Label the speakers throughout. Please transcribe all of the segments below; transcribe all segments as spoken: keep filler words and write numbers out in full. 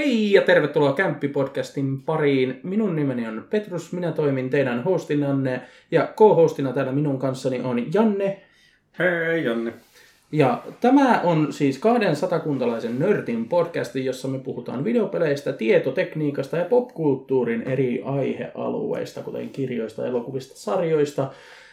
Speaker 1: Hei ja tervetuloa Kämppi-podcastin pariin. Minun nimeni on Petrus, minä toimin teidän hostinanne ja co-hostina täällä minun kanssani on Janne.
Speaker 2: Hei Janne.
Speaker 1: Ja tämä on siis kahden satakuntalaisen nörtin podcasti, jossa me puhutaan videopeleistä, tietotekniikasta ja popkulttuurin eri aihealueista, kuten kirjoista, elokuvista, sarjoista.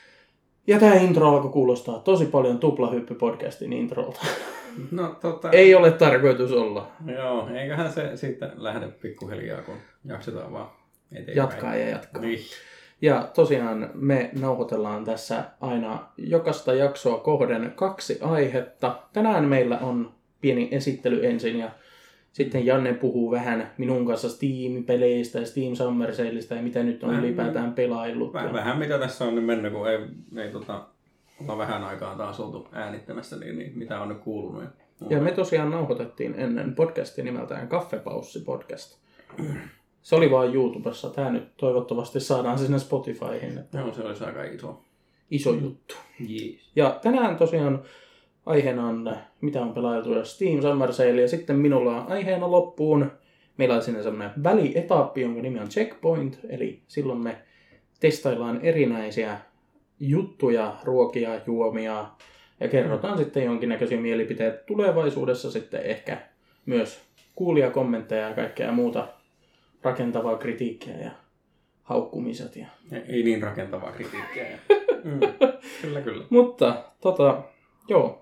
Speaker 1: Ja tämä intro alkoi kuulostaa tosi paljon Tuplahyppy-podcastin introlta.
Speaker 2: No, tota...
Speaker 1: Ei ole tarkoitus olla.
Speaker 2: Joo, eiköhän se sitten lähde pikkuhiljaa, kun jaksetaan vaan eteenpäin.
Speaker 1: Jatkaa ja jatkaa.
Speaker 2: Niin.
Speaker 1: Ja tosiaan me nauhoitellaan tässä aina jokaista jaksoa kohden kaksi aihetta. Tänään meillä on pieni esittely ensin ja sitten Janne puhuu vähän minun kanssa Steam-peleistä ja Steam Summer Saleista ja mitä nyt on vähän, ylipäätään pelaillut.
Speaker 2: Vähän, vähän mitä tässä on nyt mennyt, kun ei, ei tota, olla vähän aikaa taas oltu äänittämässä, niin, niin mitä on nyt kuulunut. Ja,
Speaker 1: ja me tosiaan nauhoitettiin ennen podcastia nimeltään Kaffepaussi podcast. Se oli vaan YouTubessa. Tämä nyt toivottavasti saadaan sinne Spotifyhin. Että
Speaker 2: joo, se olisi aika iso.
Speaker 1: Iso juttu.
Speaker 2: Yes.
Speaker 1: Ja tänään tosiaan aiheena on, mitä on pelailtu ja Steam Summer Sale. Ja sitten minulla on aiheena loppuun. Meillä on sinne semmoinen välietappi, jonka nimi on Checkpoint. Eli silloin me testaillaan erinäisiä juttuja, ruokia, juomia. Ja kerrotaan mm. sitten jonkinnäköisiä mielipiteitä tulevaisuudessa. Sitten ehkä myös kuulijakommentteja ja kaikkea muuta rakentavaa kritiikkiä ja haukkumiset. Ja...
Speaker 2: Ei niin rakentavaa kritiikkiä. mm. Kyllä, kyllä.
Speaker 1: Mutta, tota, joo.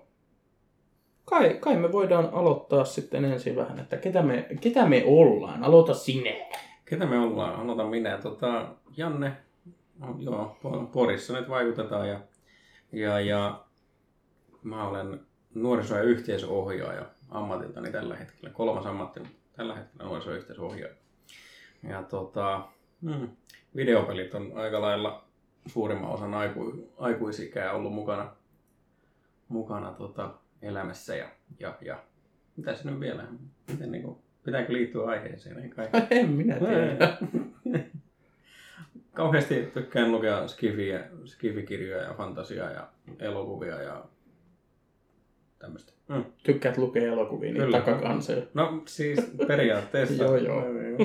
Speaker 1: Kai, kai me voidaan aloittaa sitten ensin vähän, että ketä me, ketä me ollaan. Aloita sinä.
Speaker 2: Ketä me ollaan? Aloitan minä. Tota, Janne, no, joo, Porissa nyt vaikutetaan ja, ja, ja mä olen nuoriso- ja yhteisöohjaaja ammatiltani tällä hetkellä. Kolmas ammatti tällä hetkellä nuoriso- ja yhteisöohjaaja. Ja tota, hmm, videopelit on aika lailla suurimman osan aiku, aikuisikää ollut mukana, mukana tota, elämässä. Ja, ja, ja mitä se nyt vielä? Miten, niin kuin, pitääkö liittyä aiheeseen? Ei kai.
Speaker 1: En minä tiedä.
Speaker 2: Kauheasti tykkään lukea skifiä, skifikirjoja ja fantasiaa ja elokuvia ja tämmöistä. Hmm.
Speaker 1: Tykkäät lukea elokuvia, niin takakansia.
Speaker 2: No siis periaatteessa.
Speaker 1: joo, joo.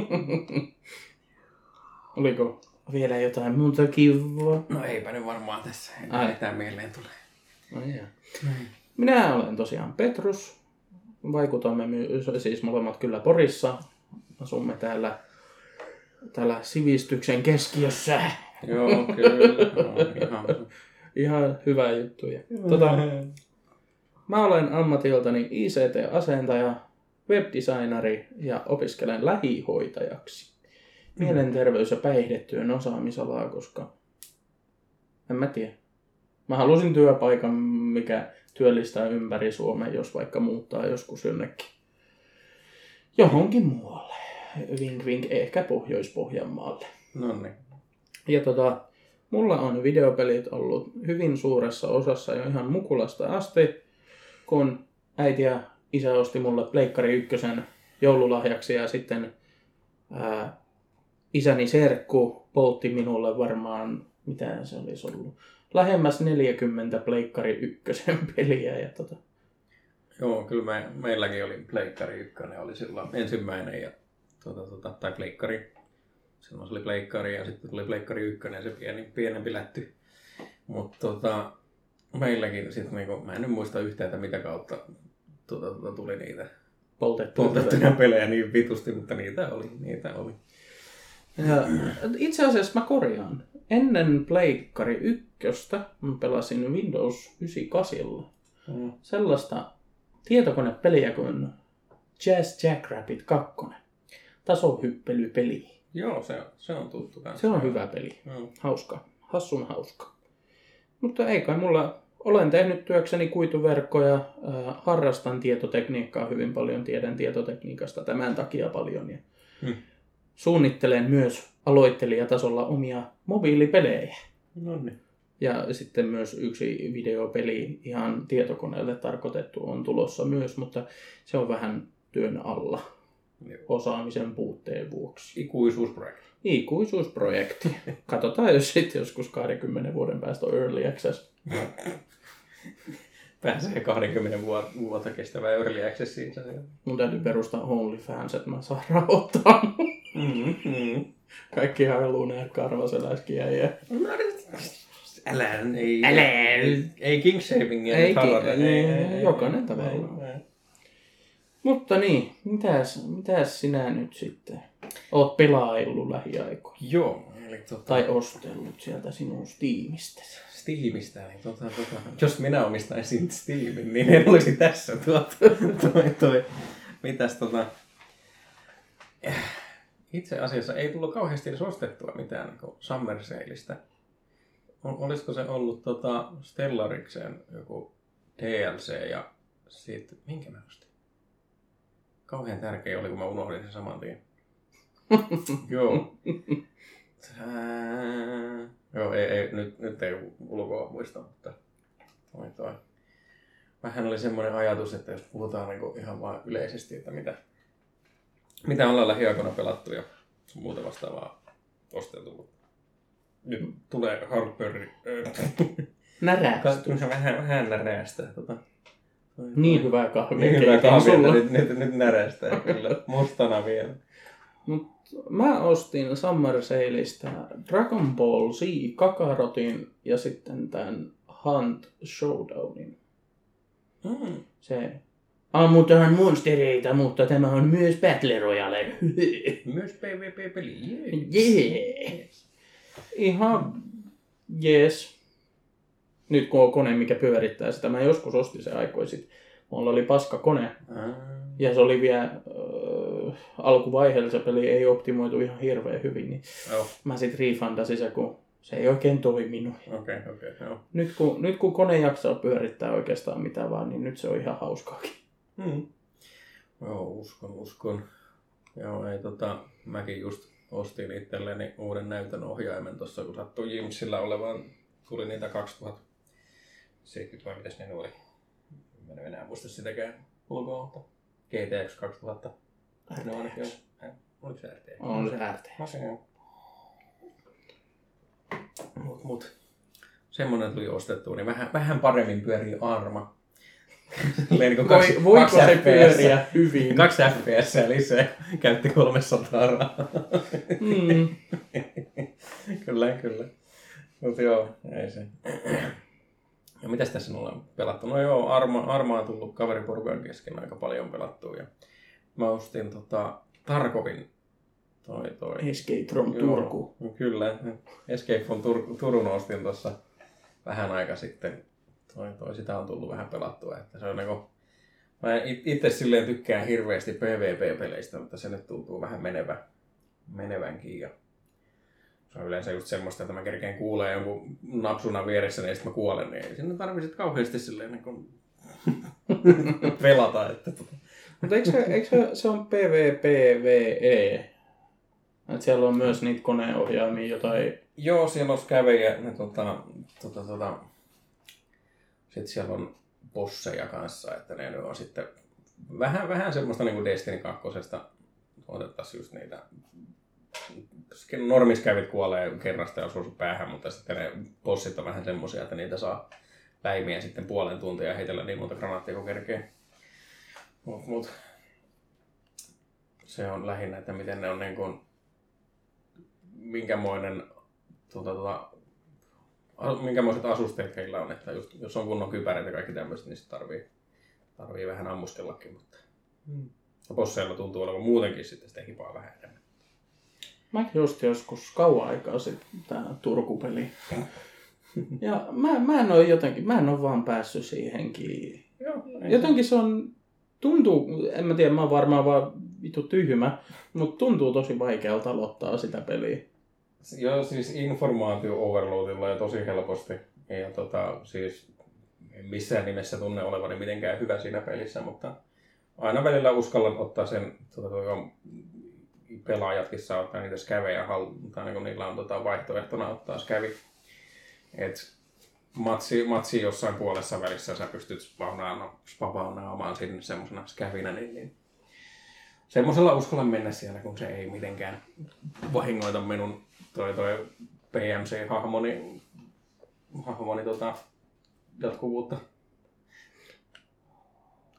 Speaker 1: Oliko vielä jotain muuta kivaa?
Speaker 2: No eipä nyt varmaan tässä. Ei mitään mieleen tule.
Speaker 1: No, yeah. Minä olen tosiaan Petrus. Vaikutamme my- siis molemmat kyllä Porissa. Asumme täällä, täällä sivistyksen keskiössä.
Speaker 2: Joo, kyllä. No, ihan.
Speaker 1: ihan hyvä juttu. Tota, mä olen ammatiltani I C T-asentaja, webdesigneri ja opiskelen lähihoitajaksi. Mielenterveys- ja päihdetyön osaamisalaa, koska en mä tiedä. Mä halusin työpaikan, mikä työllistää ympäri Suomen, jos vaikka muuttaa joskus jonnekin johonkin muualle. Vink vink, ehkä Pohjois-Pohjanmaalle.
Speaker 2: No niin.
Speaker 1: Ja tota, mulla on videopelit ollut hyvin suuressa osassa jo ihan mukulasta asti, kun äiti ja isä osti mulle Pleikkari ykkösen joululahjaksi ja sitten ää, isäni serkku poltti minulle varmaan, mitä se olisi ollut, lähemmäs neljäkymmentä Pleikkari ykkösen peliä. Ja tota.
Speaker 2: Joo, kyllä me, meilläkin oli Pleikkari ykkönen, oli silloin ensimmäinen, ja, tuota, tuota, tai Pleikkari. Silloin se oli Pleikkari ja sitten tuli Pleikkari ykkönen, se pieni, pienempi lätty. Mutta tota, meilläkin sitten, niinku, mä en nyt muista yhtään, että mitä kautta tuota, tuota, tuli niitä
Speaker 1: poltettuja,
Speaker 2: poltettuja pelejä niin vitusti, mutta niitä oli. Niitä oli.
Speaker 1: Ja itse asiassa mä korjaan. Ennen Pleikkari ykköstä mä pelasin Windows yhdeksänkymmentäkahdeksan. Mm. Sellaista tietokonepeliä kuin Jazz Jackrabbit kaksi. Tasohyppelypeli.
Speaker 2: Joo, se, se on tuttu kanssa.
Speaker 1: Se on hyvä peli.
Speaker 2: Mm.
Speaker 1: Hauska. Hassun hauska. Mutta ei kai mulla... Olen tehnyt työkseni kuituverkkoja, äh, harrastan tietotekniikkaa hyvin paljon, tiedän tietotekniikasta tämän takia paljon. Ja mm. suunnittelen myös aloittelijatasolla omia mobiilipelejä.
Speaker 2: No niin.
Speaker 1: Ja sitten myös yksi videopeli ihan tietokoneelle tarkoitettu on tulossa myös, mutta se on vähän työn alla. Osaamisen puutteen vuoksi.
Speaker 2: Ikuisuusprojekti.
Speaker 1: Ikuisuusprojekti. Katsotaan, jos sitten joskus kaksikymmentä vuoden päästä on Early Access.
Speaker 2: pääsee kaksikymmentä vuotta kestävään early accessiin.
Speaker 1: Mun täytyy perustaa OnlyFans, että mä saan rahoittaa.
Speaker 2: Mm-hmm.
Speaker 1: Kaikki haluaa nähdä karvaseläskiä ja...
Speaker 2: Älä, ei,
Speaker 1: Älä.
Speaker 2: ei, ei kingshavingia
Speaker 1: Ei,
Speaker 2: nyt harrata.
Speaker 1: ei, ei, ei, jokainen tavallaan. Mutta niin, mitäs, mitäs sinä nyt sitten oot pelaillut lähiaikoina?
Speaker 2: Joo. Eli tota...
Speaker 1: Tai ostellut sieltä sinun Steamistäsi?
Speaker 2: Steamistä, niin tota, tota, jos minä omistaisin Steamin, niin en olisi tässä tuota, toi, toi. Mitäs tota... Itse asiassa ei tullut kauheasti edes ostettua mitään niin Summer Saleista. Olisiko se ollut tota Stellarikseen joku D L C ja sitten... Minkä mä ostin? Kauhean tärkeä oli, kun mä unohdin sen saman tien. Joo. Tää... Joo, ei, ei, nyt, nyt ei ulkoa muista, mutta toi, toi. Vähän oli semmoinen ajatus, että jos puhutaan niin ihan vaan yleisesti, että mitä, mitä ollaan lähiaikoina pelattu ja muuta vastaavaa osteltu. Nyt tulee Harper.
Speaker 1: Närästys.
Speaker 2: Vähän, vähän närästää. Tota.
Speaker 1: Niin hyvää kahvia.
Speaker 2: Niin hyvää kahvia, nyt, nyt, nyt närästää kyllä. Mustana vielä.
Speaker 1: Mut mä ostin Summer Saleista Dragon Ball Z Kakarotin ja sitten tän Hunt Showdownin.
Speaker 2: Mm.
Speaker 1: Se ammutaan monstereita, mutta tämä on myös Battle Royale.
Speaker 2: Myös PvP-peli.
Speaker 1: Yes. Ihan jees. Nyt kun on kone, mikä pyörittää sitä. Mä joskus ostin se aikoin sitten. Mulla oli paska kone. Mm. Ja se oli vielä äh, alkuvaiheella se peli ei optimoitu ihan hirveän hyvin. Niin
Speaker 2: oh.
Speaker 1: Mä sit refundasin se, kun se ei oikein toiminut.
Speaker 2: Okay, okay, no.
Speaker 1: Nyt, kun, nyt kun kone jaksaa pyörittää oikeastaan mitä vaan, niin nyt se on ihan hauskaakin.
Speaker 2: Mm. Joo, uskon, uskon. Joo, ei tota, mäkin just ostin itselleni uuden näytön ohjaimen tossa, kun sattui Jimsillä olevaan. Tuli niitä kaksituhattaseitsemänkymmentä vai mitäs ne oli? Mä en enää muista sitäkään ulkoa, mutta G T X kaksituhatta.
Speaker 1: R T X.
Speaker 2: No ainakin on. Oliko se R T X?
Speaker 1: On se R T X.
Speaker 2: No se on. Mut, mut. Semmonen tuli ostettua, niin vähän, vähän paremmin pyörii Arma. Niin kaksi,
Speaker 1: Voi, voiko
Speaker 2: kaksi
Speaker 1: se
Speaker 2: F P S,
Speaker 1: pyöriä hyvin?
Speaker 2: Kaksi F P S lisää. Käytti kolmesataa rahaa.
Speaker 1: Mm.
Speaker 2: Kyllä, kyllä. Mut joo, ei se. Ja mitäs tässä ollaan pelattu? No joo, Arma, Arma on tullut kaveriporukan kesken aika paljon pelattua. Ja mä ostin tota Tarkovin toi toi.
Speaker 1: Escape from Turku.
Speaker 2: Joo, kyllä. Escape from Tur- Turun ostin tuossa vähän aika sitten. Toi, toi, sitä on tullut vähän pelattua. Että se on niinku, mä itse silleen tykkään hirveästi PvP-peleistä, mutta se nyt tuntuu vähän menevä, menevänkin. Ja se on yleensä just semmoista, että mä kerkeen kuulee jonkun napsuna vieressä, niin sitten mä kuolen, niin ei sinne tarvitse kauheasti silleen niin kuin pelata. Että tota.
Speaker 1: Mutta eikö, se, eikö se, se on PvPvE? Että siellä on myös niitä koneohjaimia jotain...
Speaker 2: Joo, siellä on skävejä. Ne, tota, tota, tota. Sitten siellä on bosseja kanssa, että ne on sitten vähän, vähän semmoista niin kuin Destiny kakkosesta otettaisiin just niitä... Normiskävit kuolee kerrasta ja osuu päähän, mutta sitten ne bossit on vähän semmosia, että niitä saa läimiä sitten puolen tuntia ja heitellä niin monta granaattia kuin kerkee. Mut, mut. Se on lähinnä, että miten ne on niin kuin, minkämoinen, tuota, tuota, minkämoiset asusteet heillä on, että just, jos on kunnon kypärät ja kaikki tämmöiset, niin sitten tarvii, tarvii vähän ammuskellakin, mutta hmm. bosseilla tuntuu olevan muutenkin sitten sitä hipaa vähän enemmän.
Speaker 1: Mäkin ostin joskus kauan aikaa sitten tää Turku-peli. Ja mä, mä en oo jotenkin, mä en oo vaan päässyt siihen kiinni.
Speaker 2: Joo,
Speaker 1: jotenkin se on, tuntuu, en mä tiedä, mä oon varmaan vaan vittu tyhmä, mutta tuntuu tosi vaikealta aloittaa sitä peliä.
Speaker 2: Joo, siis informaatio-overloadilla ja tosi helposti. Ja tota, siis missään nimessä tunne olevani mitenkään hyvä siinä pelissä, mutta aina välillä uskallan ottaa sen, tota, tuo, pelaajatkin saa ottaa niitä skävejä haltuun, niin niillä on tota, vaihtoehtona ottaa skävi. Et matsi, matsi jossain puolessa välissä sä pystyt spawnaamaan sinne semmosena skävinä, niin, niin semmosella uskallan mennä siellä, kun se ei mitenkään vahingoita minun toi, toi P M C-hahmoni hahmoni, tota, jatkuvuutta.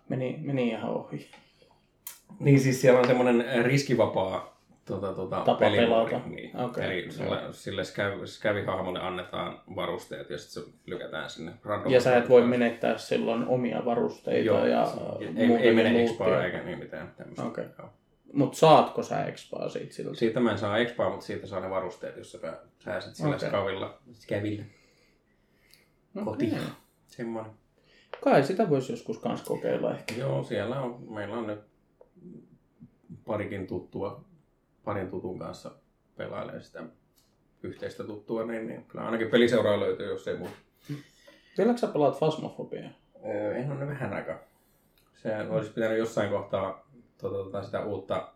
Speaker 1: Meni, meni ihan ohi.
Speaker 2: Niin siis siellä on semmoinen riskivapaa tuota, tuota,
Speaker 1: Tapa
Speaker 2: pelimuuri.
Speaker 1: pelata.
Speaker 2: Niin.
Speaker 1: Okay.
Speaker 2: Eli sille, sille skävi-hahmolle annetaan varusteet ja sitten se lykätään sinne random.
Speaker 1: Ja sä et voi menettää silloin omia varusteita.
Speaker 2: Joo,
Speaker 1: ja
Speaker 2: ei, ei mene expaa eikä niin mitään tämmöistä.
Speaker 1: Okay. Mutta saatko sä expaa siitä siltä?
Speaker 2: Siitä mä en saa expaa, mutta siitä saa ne varusteet, jos sä pääset sillä okay. skavilla, skävillä kotiin. Okay. Semmoinen.
Speaker 1: Kai sitä voisi joskus kans kokeilla ehkä.
Speaker 2: Joo, siellä on, meillä on nyt parikin tuttua, parin tutun kanssa pelailee sitä yhteistä tuttua, niin, niin kyllä ainakin peliseuraa löytyy, jos ei muuta.
Speaker 1: Vieläkö sä pelaat Phasmophobiaa?
Speaker 2: Öö, en ole ne vähän aikaa. Se olisi pitänyt jossain kohtaa tuota, tuota, sitä uutta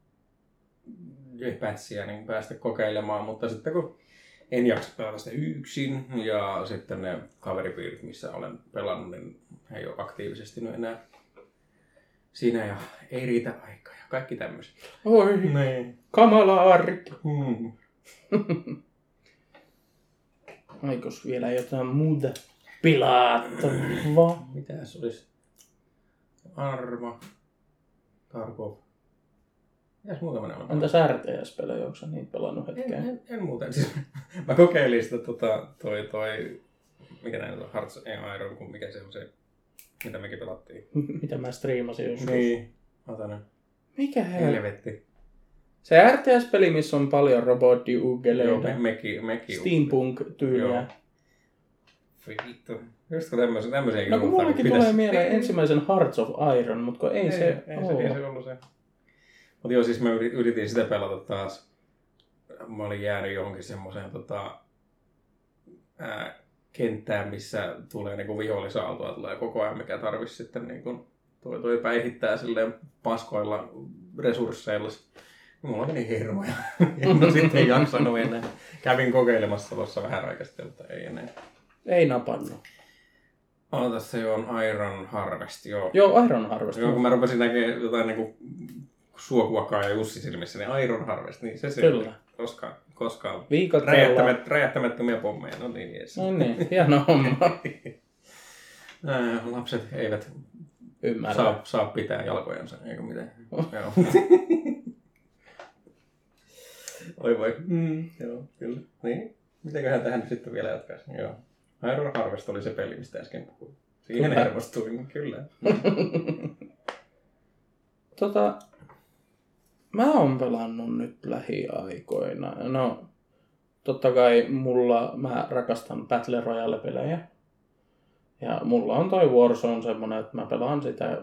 Speaker 2: patchia niin päästä kokeilemaan, mutta sitten kun en jaksa pelata sitä yksin ja sitten ne kaveripiirit, missä olen pelannut, niin he ei ole aktiivisesti nyt enää siinä ja ei riitä aikaa ja kaikki tämmöiset.
Speaker 1: Oi,
Speaker 2: niin.
Speaker 1: Kamala arki.
Speaker 2: Hmm.
Speaker 1: Aikos vielä jotain muuta pilattavaa?
Speaker 2: Mitäs olisi? Arma, Tarkov. Mitäs muuta mä olen?
Speaker 1: Entäs R T S-pelejä, onko sä niitä pelannut hetkeen?
Speaker 2: En, en, en muuten. Siis, mä kokeilin sitä tota, toi, toi, mikä näin on, Hearts and Iron, kun mikä se on se, mitä mekin pelattiin.
Speaker 1: Mitä mä striimasin joskus.
Speaker 2: Niin, ota
Speaker 1: mikä
Speaker 2: helvetti.
Speaker 1: Se R T S-peli, missä on paljon robottiuggeleita.
Speaker 2: Joo, me, meki, meki
Speaker 1: Steampunk-tyyliä.
Speaker 2: Vittu. Just kun tämmöisiä, tämmöisiä
Speaker 1: no kun mullakin tulee mieleen ensimmäisen Hearts of Iron, mutta ei, ei se
Speaker 2: ei, ei, se, ei se ollut se. Mutta joo, siis mä yritin sitä pelata taas. Mä olin jäänyt johonkin semmoiseen tota, ää, kenttään, missä tulee niinku vihollisaaltoa tulee koko ajan, mikä tarvitsisi sitten niinku, toi, toi päihittää silleen paskoilla resursseilla. Mulla meni hirmoja. En sitten jaksanut enää. Kävin kokeilemassa tuossa vähän aikaa sitten, mutta ei enää.
Speaker 1: Ei napannut.
Speaker 2: Ota, se on Iron Harvest, joo.
Speaker 1: Joo, Iron Harvest.
Speaker 2: Joo, kun mä rupesin näkemään jotain niinku Suokuakaa ja Jussi silmissä, niin Iron Harvest, niin se se.
Speaker 1: Kyllä.
Speaker 2: Koskaan, koskaan.
Speaker 1: Viikot
Speaker 2: Räjähtämät, räjähtämättömiä pommeja, no niin jees.
Speaker 1: No niin, hieno homma.
Speaker 2: Ää, lapset eivät
Speaker 1: Ymmärrä.
Speaker 2: saa, saa pitää jalkojansa, eikö mitään. Oh. Joo. Oi voi. Mm, joo, kyllä. Niin. Mitenköhän tähän nyt sitten vielä jatkaisi? Joo. Iron Harvest oli se peli, mistä äsken puhuin. Siihen hermostuin, kyllä.
Speaker 1: tota, mä oon pelannut nyt lähiaikoina. No, totta kai mulla, mä rakastan Battle Royale-pelejä. Ja mulla on toi Warzone semmonen, että mä pelaan sitä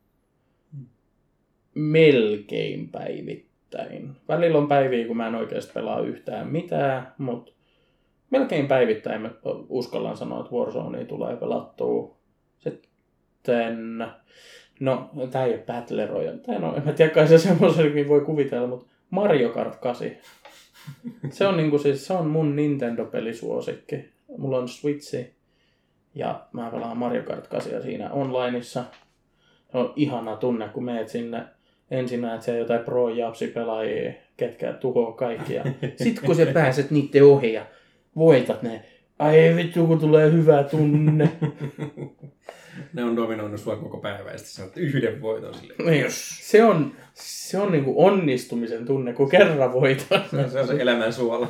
Speaker 1: melkein päivittäin. Välillä on päiviä, kun mä en oikeasti pelaa yhtään mitään, mutta melkein päivittäin mä uskallan sanoa, että Warzonea tulee pelattua. Sitten, no tää ei ole Battle Royale, tää no, en mä tiedä, kai se semmoisenkin voi kuvitella, mutta Mario Kart kahdeksan. Se on, niinku, siis, se on mun Nintendo-pelisuosikki. Mulla on Switchi ja mä pelaan Mario Kart kahdeksan siinä onlineissa. Se on ihana tunne, kun meet sinne. Ensin näet siellä jotain pro-japsi-pelaajia, ketkä tuhoaa kaikkia. Sitten kun sä pääset niitten ohi ja voitat ne, ai vittu kun tulee hyvä tunne.
Speaker 2: Ne on dominoinut sua koko päivää ja sitten sanot yhden voiton silleen.
Speaker 1: Yes. Se on, se on niinku onnistumisen tunne, kun kerran voitat.
Speaker 2: Se on se elämän suola.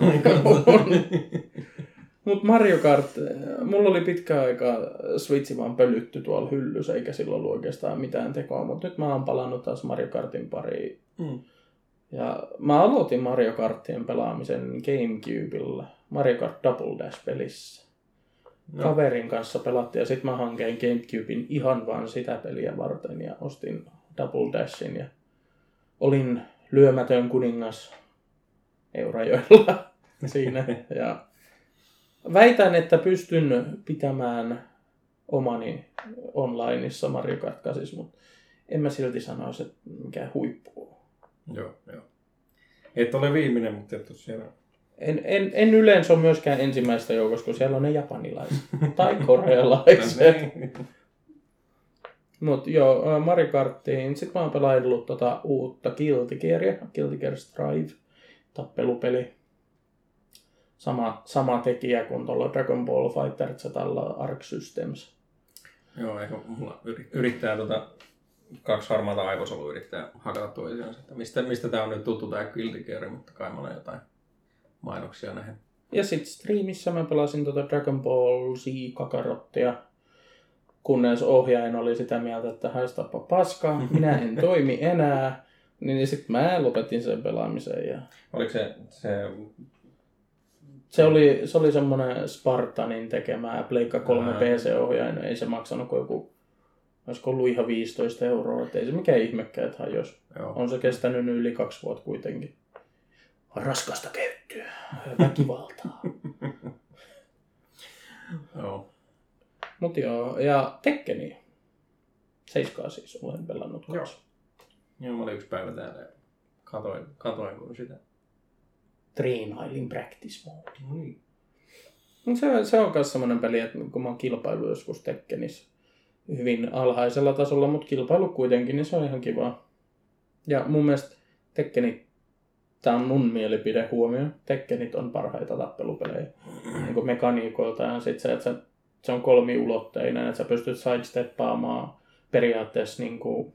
Speaker 1: Mut Mario Kart, mulla oli pitkä aikaa Switchi vaan pölytty tuolla hyllyssä, eikä sillä ollut oikeastaan mitään tekoa, mutta nyt mä oon palannut taas Mario Kartin pariin. Mm. Ja mä aloitin Mario Kartien pelaamisen GameCubella, Mario Kart Double Dash-pelissä. No. Kaverin kanssa pelattiin ja sit mä hankein GameCuben ihan vaan sitä peliä varten ja ostin Double Dashin ja olin lyömätön kuningas Eurajoella siinä ja väitän, että pystyn pitämään omani onlineissa Mario Kart kahdeksan, mutta en mä silti sanoisi, että mikään huippu on.
Speaker 2: Joo, joo. Et ole viimeinen, mutta et ole siellä.
Speaker 1: En, en, en yleensä ole myöskään ensimmäistä joukossa, kun siellä on ne japanilaiset tai korealaiset. Mutta joo, Mario Karttiin. Sitten mä oon pelaillut tota uutta Guilty Gearia, Guilty Gear Strive, tappelupeli. Sama, sama tekijä kuin tuolla Dragon Ball FighterZalla Arc Systems.
Speaker 2: Joo, eikö mulla yrittää tota kaksi harmaata aivosolua yrittää hakata toisiaan. Että mistä, mistä tää on nyt tuttu tää Guilty Gear, mutta kai mä olen jotain mainoksia nähden.
Speaker 1: Ja sit streamissä mä pelasin tota Dragon Ball Z Kakarottia, kunnes ohjaajan oli sitä mieltä, että haistapa paskaa, minä en toimi enää. Niin sit mä lopetin sen pelaamisen. Ja...
Speaker 2: Oliko se... Se,
Speaker 1: se oli, se oli semmonen Spartanin tekemä Pleikka kolme P C-ohjain. Ei se maksanut kuin joku... Olisiko ollut ihan viisitoista euroa. Et ei se mikään ihmekään, että jos on se kestänyt yli kaksi vuotta kuitenkin. Raskasta käyttöä. Väkivaltaa.
Speaker 2: Joo.
Speaker 1: Mut joo, ja Tekkeni. Seiskaa siis olen pelannut kanssa.
Speaker 2: Joo, mä olin yksi päivä täällä ja katoin, katoin kun sitä.
Speaker 1: Treenailin practice mode.
Speaker 2: Mm.
Speaker 1: Se, se on myös semmoinen peli, että kun mä oon kilpailu joskus Tekkenissä hyvin alhaisella tasolla, mutta kilpailu kuitenkin, niin se on ihan kiva. Ja mun mielestä Tekkeni, tää on mun mielipide huomio, Tekkenit on parhaita tappelupelejä. Niin kuin mekaniikoilta ja sit se, että se, se on kolmiulotteinen, että sä pystyt sidesteppaamaan periaatteessa niin kuin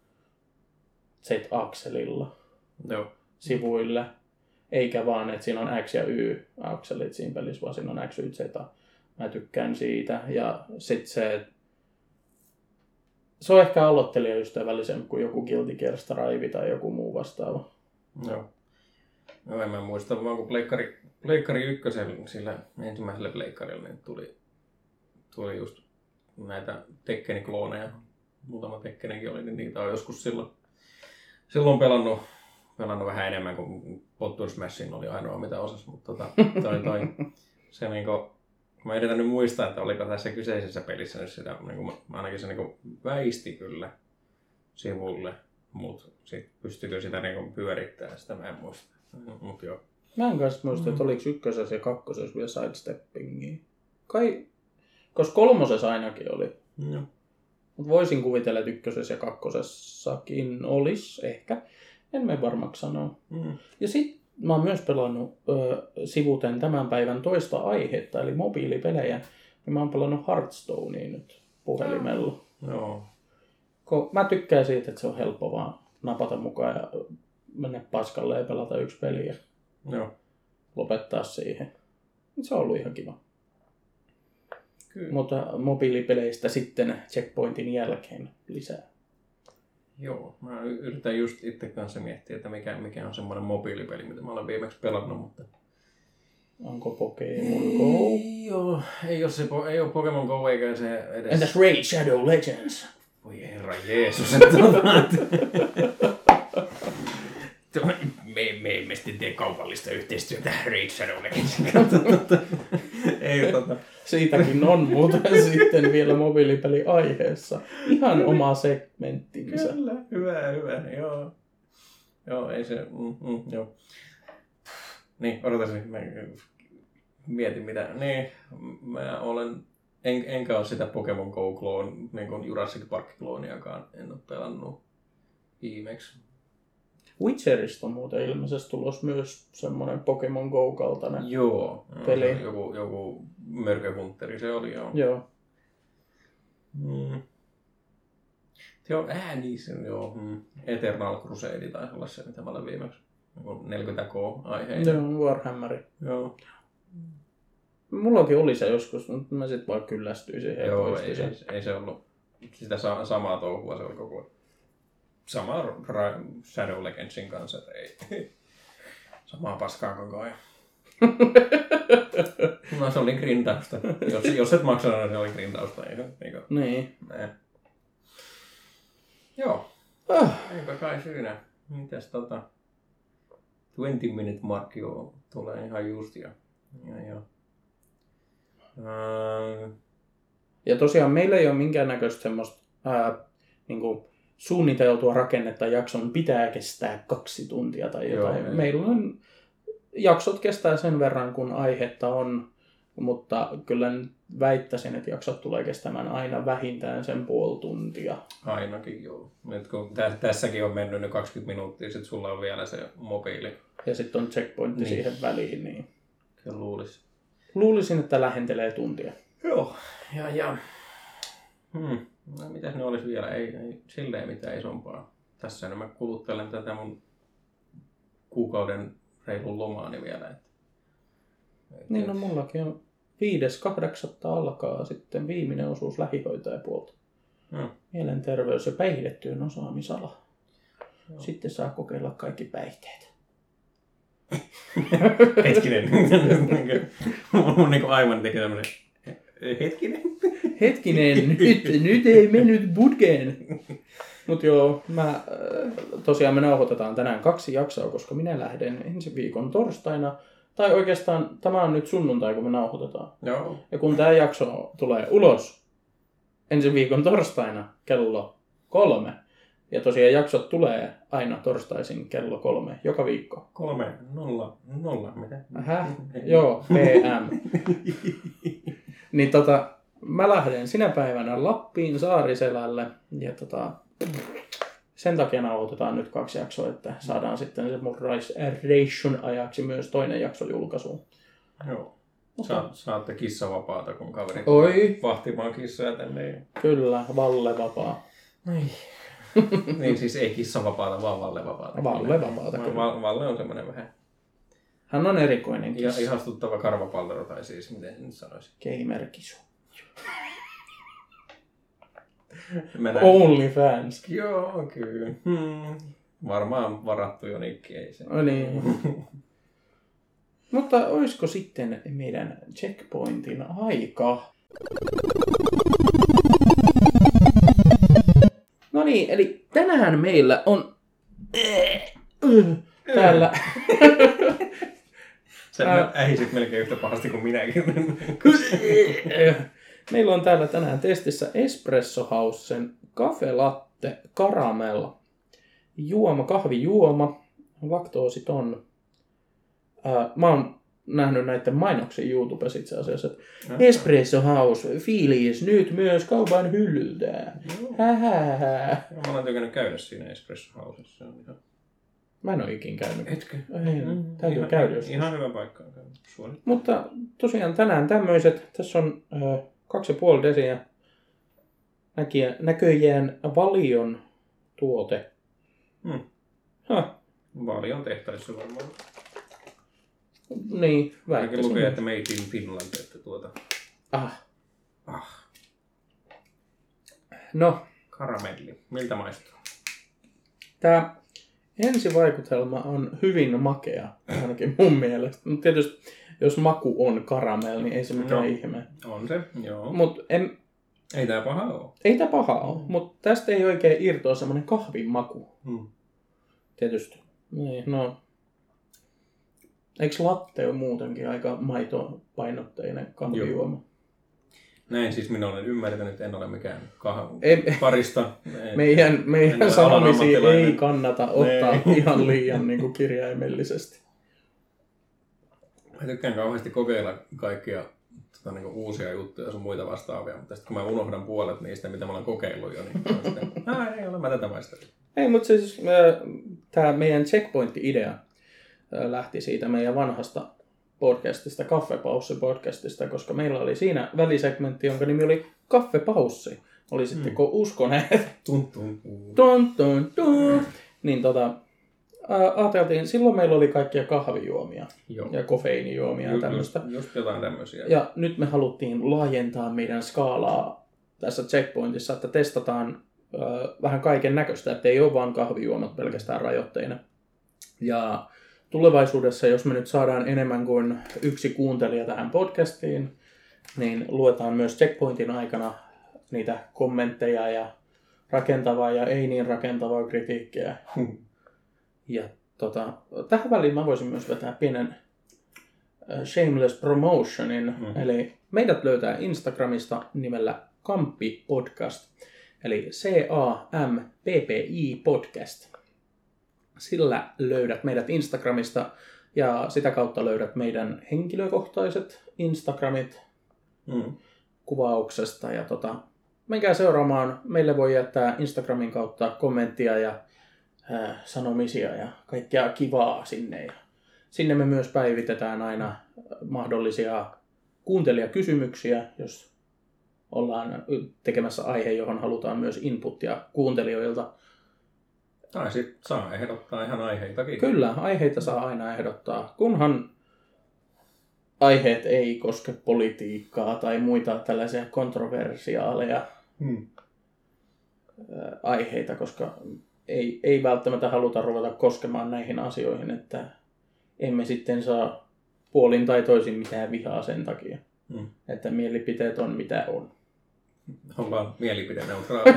Speaker 1: Z-akselilla
Speaker 2: Joo.
Speaker 1: sivuille. Eikä vaan, että siinä on X ja Y-akselit siinä pelissä, vaan siinä on X, Y, Z. Mä tykkään siitä. Ja sit se, se on ehkä aloittelijaystävällisempi kuin joku Guilty Gear Strive tai joku muu vastaava.
Speaker 2: Joo. No en mä muista, vaan kun Pleikkari, Pleikkari ykkösellä, sillä ensimmäisellä Pleikkarilla, niin tuli, tuli just näitä Tekkeni-klooneja. Muutama Tekkenenkin oli, niin niitä on joskus silloin, silloin pelannut, pelannut vähän enemmän kuin Button Smashin oli ainoa mitä osas, mutta tota, toi, toi, se niinku, mä yritän nyt muistaa, että oliko tässä kyseisessä pelissä nyt sitä, niinku, ainakin se niinku väisti kyllä sivulle, mutta sit pystykö sitä niinku pyörittämään, sitä mä en muista. Mut joo.
Speaker 1: Mä en kanssa muista, että oliko ykkösessä ja kakkosessa vielä sidesteppingia. Kai, koska kolmosessa ainakin oli.
Speaker 2: Joo.
Speaker 1: Mut voisin kuvitella, että ykkösessä ja kakkosessakin olisi ehkä. En mä varmaksi sanoa.
Speaker 2: Mm.
Speaker 1: Ja sit mä oon myös pelannut ö, sivuten tämän päivän toista aihetta, eli mobiilipelejä. Ja mä oon pelannut Hearthstonea nyt puhelimella.
Speaker 2: Joo.
Speaker 1: Ko, mä tykkään siitä, että se on helppo vaan napata mukaan ja mennä paskalle ja pelata yksi peli ja
Speaker 2: Joo.
Speaker 1: lopettaa siihen. Se on ollut ihan kiva.
Speaker 2: Kyllä.
Speaker 1: Mutta mobiilipeleistä sitten checkpointin jälkeen lisää.
Speaker 2: Joo, mä yritän just itse kanssa miettiä, että mikä, mikä on semmoinen mobiilipeli, mitä mä olen viimeksi pelannut, mutta...
Speaker 1: Onko Pokemon Go?
Speaker 2: Ei oo, ei oo, se, ei oo Pokemon Go eikä se edes...
Speaker 1: Entäs Raid Shadow Legends?
Speaker 2: Voi herra Jeesus, me, me emme sitten tee kaupallista yhteistyötä Raid Shadow Legendsin kanssa. Ei tota...
Speaker 1: Siitäkin on muuten sitten vielä mobiilipeli-aiheessa. Ihan oma segmenttinsä.
Speaker 2: Kyllä, hyvä, hyvä, joo. Joo, ei se, mm, mm, joo. Niin, odotasin, mä mietin mitä, niin, mä olen, en, enkä ole sitä Pokemon Go-kloon, niin kuin Jurassic Park-klooniakaan, en ole pelannut viimeksi.
Speaker 1: Witcherista on muuten ilmeisesti tulos myös semmoinen Pokemon Go-kaltainen
Speaker 2: Joo,
Speaker 1: peli.
Speaker 2: Joku, joku mörköhunteri se oli, joo.
Speaker 1: Joo.
Speaker 2: Mm. Joo, äänissä, joo. Mm. Eternal Crusade taisi olla se, mitä mä olen viimeksi. neljäkymmentä K-aiheinen.
Speaker 1: Joo, Warhammeri.
Speaker 2: Joo.
Speaker 1: Mullakin oli se joskus, mutta mä sit vaan kyllästyin siihen.
Speaker 2: Joo, ei, ei, ei se ollut sitä sa- samaa touhua, se oli koko ajan. Sama Ra- Shadow Legendsin kanssa, että ei. Samaa paskaa koko ajan. No se oli grindausta. Jos, jos et maksanut, niin se oli grindausta. Eikö? Eikö?
Speaker 1: Niin.
Speaker 2: Näin. Joo.
Speaker 1: Ah.
Speaker 2: Eipä kai syynä. Mitäs tota... kaksikymmentä minute mark jo tulee ihan just ja... ja, ja. Ää...
Speaker 1: Ja tosiaan meillä ei ole minkäännäköistä semmoista ää, niinku suunniteltua rakennetta, jakson pitää kestää kaksi tuntia tai jotain. Joo, meillä on jaksot kestää sen verran, kun aihetta on, mutta kyllä väittäisin, että jaksot tulee kestämään aina vähintään sen puoli tuntia.
Speaker 2: Ainakin joo. Nyt kun tä- tässäkin on mennyt nyt kaksikymmentä minuuttia, sitten sulla on vielä se mobiili.
Speaker 1: Ja sitten on checkpointti niin siihen väliin. Niin
Speaker 2: kyllä luulisin.
Speaker 1: Luulisin, että lähentelee tuntia.
Speaker 2: Joo. Ja, ja. Hmm. No, mitäs ne olisi vielä? Ei, ei silleen mitään isompaa. Tässä mä kuluttelen tätä mun kuukauden reilun lomaani vielä. Että...
Speaker 1: Niin no mullakin on viides kahdeksatta alkaa sitten viimeinen osuus lähihoitajapuolta.
Speaker 2: Hmm.
Speaker 1: Mielenterveys- ja päihdetyön osaamisala. Joo. Sitten saa kokeilla kaikki päihteet.
Speaker 2: Hetkinen. Mun niin aivan teki tämmönen... Hetkinen.
Speaker 1: Hetkinen, nyt, nyt ei mennyt putkeen. Mut joo, mä, tosiaan me nauhoitetaan tänään kaksi jaksoa, koska minä lähden ensi viikon torstaina. Tai oikeastaan tämä on nyt sunnuntai, kun me nauhoitetaan.
Speaker 2: Joo.
Speaker 1: Ja kun tämä jakso tulee ulos ensi viikon torstaina kello kolme. Ja tosiaan jaksot tulee aina torstaisin kello kolme joka viikko.
Speaker 2: Kolme, nolla, nolla, mitä?
Speaker 1: Häh? Joo, P M. Niin tota, mä lähden sinä päivänä Lappiin Saariselälle. Ja tota, sen takia nauhoitetaan nyt kaksi jaksoa, että saadaan sitten se mun ration ajaksi myös toinen jakso julkaisuun.
Speaker 2: Joo. Sa- saatte kissavapaata, kun kaveri
Speaker 1: Oi.
Speaker 2: vahtimaan kissoja tänne.
Speaker 1: Kyllä, vallevapaa.
Speaker 2: Niin. Niin siis ei kissavapaata, vaan vallevapaata.
Speaker 1: Vallevapaata, kyllä.
Speaker 2: Va- Valle on semmoinen vähän...
Speaker 1: Hän on erikoinen
Speaker 2: Ja
Speaker 1: kissa.
Speaker 2: ihastuttava karvapallero, tai siis miten nyt sanoisin.
Speaker 1: Gamer-kisu.
Speaker 2: Only
Speaker 1: fans.
Speaker 2: Joo, kyllä. Hmm. Varmaan varattu jo nikki, ei se.
Speaker 1: No niin. Mutta olisiko sitten meidän checkpointin aika? No niin, eli tänään meillä on täällä...
Speaker 2: Sä ähisit melkein yhtä pahasti kuin minäkin.
Speaker 1: Meillä on täällä tänään testissä Espresso Houseen Cafe Latte Caramel. Juoma, kahvijuoma, laktoositon. Ää, mä oon nähnyt näiden mainoksia YouTubessa itse asiassa, että Espresso House, fiilis nyt myös kaupan hyllyltä. Hähähä.
Speaker 2: Mä olen tykännyt käydä siinä Espresso Housessa.
Speaker 1: Mä en oo ikin käynyt.
Speaker 2: Etkö?
Speaker 1: Ei,
Speaker 2: Mm,
Speaker 1: täytyy
Speaker 2: ihan,
Speaker 1: käydä joskus.
Speaker 2: Ihan hyvä paikka. Suorittaa.
Speaker 1: Mutta tosiaan tänään tämmöiset. Tässä on äh, kaksi ja puoli desiä näkiä, näköjään Valion tuote.
Speaker 2: Hmm.
Speaker 1: Huh.
Speaker 2: Valion tehtaissa varmaan.
Speaker 1: Niin,
Speaker 2: Ainakin
Speaker 1: väittäisin.
Speaker 2: lukee, että made in Finland, että tuota...
Speaker 1: Ah.
Speaker 2: Ah.
Speaker 1: No.
Speaker 2: Karamelli. Miltä maistuu?
Speaker 1: Tää ensivaikutelma on hyvin makea, ainakin mun mielestä. Mutta tietysti, jos maku on karamel, niin ei se mikään
Speaker 2: no,
Speaker 1: ihme.
Speaker 2: On se, joo.
Speaker 1: Mut en,
Speaker 2: ei tää paha oo.
Speaker 1: ei tää paha oo, mutta tästä ei oikein irtoa semmonen kahvin maku.
Speaker 2: Hmm.
Speaker 1: Tietysti. Niin, no. Eikö latte ole muutenkin aika maitopainotteinen kahvijuoma?
Speaker 2: Joo. Näin siis minä olen ymmärtänyt, en ole mikään kah-
Speaker 1: Ei,
Speaker 2: parista.
Speaker 1: meidän meidän sanomisia ei kannata ottaa
Speaker 2: ne.
Speaker 1: ihan liian niin kuin kirjaimellisesti.
Speaker 2: Mä tykkään kauheasti kokeilla kaikkia tota, niin kuin uusia juttuja sun muita vastaavia, mutta sitten kun mä unohdan puolet niistä, mitä mä olen kokeillut jo, niin sitten, Aa, ei ole mä tätä maistanut.
Speaker 1: Ei, mutta siis tämä meidän checkpoint-idea lähti siitä meidän vanhasta podcastista, Kaffepaussi-podcastista, koska meillä oli siinä välisegmentti, jonka nimi oli Kaffepaussi. Oli sitten, mm. kun uskoneet.
Speaker 2: Tun, tun,
Speaker 1: tun, tun, tun. Niin tota, ajateltiin, silloin meillä oli kaikkia kahvijuomia.
Speaker 2: Joo.
Speaker 1: Ja kofeiinijuomia ja tämmöistä.
Speaker 2: Just, just jotain tämmöisiä.
Speaker 1: Ja nyt me haluttiin laajentaa meidän skaalaa tässä checkpointissa, että testataan äh, vähän kaiken näköistä, että ei ole vaan kahvijuomat pelkästään rajoitteina. Ja tulevaisuudessa, jos me nyt saadaan enemmän kuin yksi kuuntelija tähän podcastiin, niin luetaan myös checkpointin aikana niitä kommentteja ja rakentavaa ja ei niin rakentavaa kritiikkiä.
Speaker 2: Hmm.
Speaker 1: Ja tota, tähän väliin mä voisin myös vetää pienen uh, shameless promotionin. Hmm. Eli meidät löytää Instagramista nimellä Kamppi Podcast. Eli C A M P P I Podcast. Sillä löydät meidät Instagramista ja sitä kautta löydät meidän henkilökohtaiset Instagramit
Speaker 2: mm.
Speaker 1: kuvauksesta. Ja tota, menkää seuraamaan. Meille voi jättää Instagramin kautta kommenttia ja ää, sanomisia ja kaikkea kivaa sinne. Ja sinne me myös päivitetään aina mahdollisia kuuntelijakysymyksiä, jos ollaan tekemässä aihe, johon halutaan myös inputtia kuuntelijoilta.
Speaker 2: Tai sitten saa ehdottaa ihan aiheitakin.
Speaker 1: Kyllä, aiheita saa aina ehdottaa, kunhan aiheet ei koske politiikkaa tai muita tällaisia kontroversiaaleja hmm. aiheita, koska ei, ei välttämättä haluta ruveta koskemaan näihin asioihin, että emme sitten saa puolin tai toisin mitään vihaa sen takia, hmm. että mielipiteet on mitä on.
Speaker 2: Ollaan mielipideneutraali.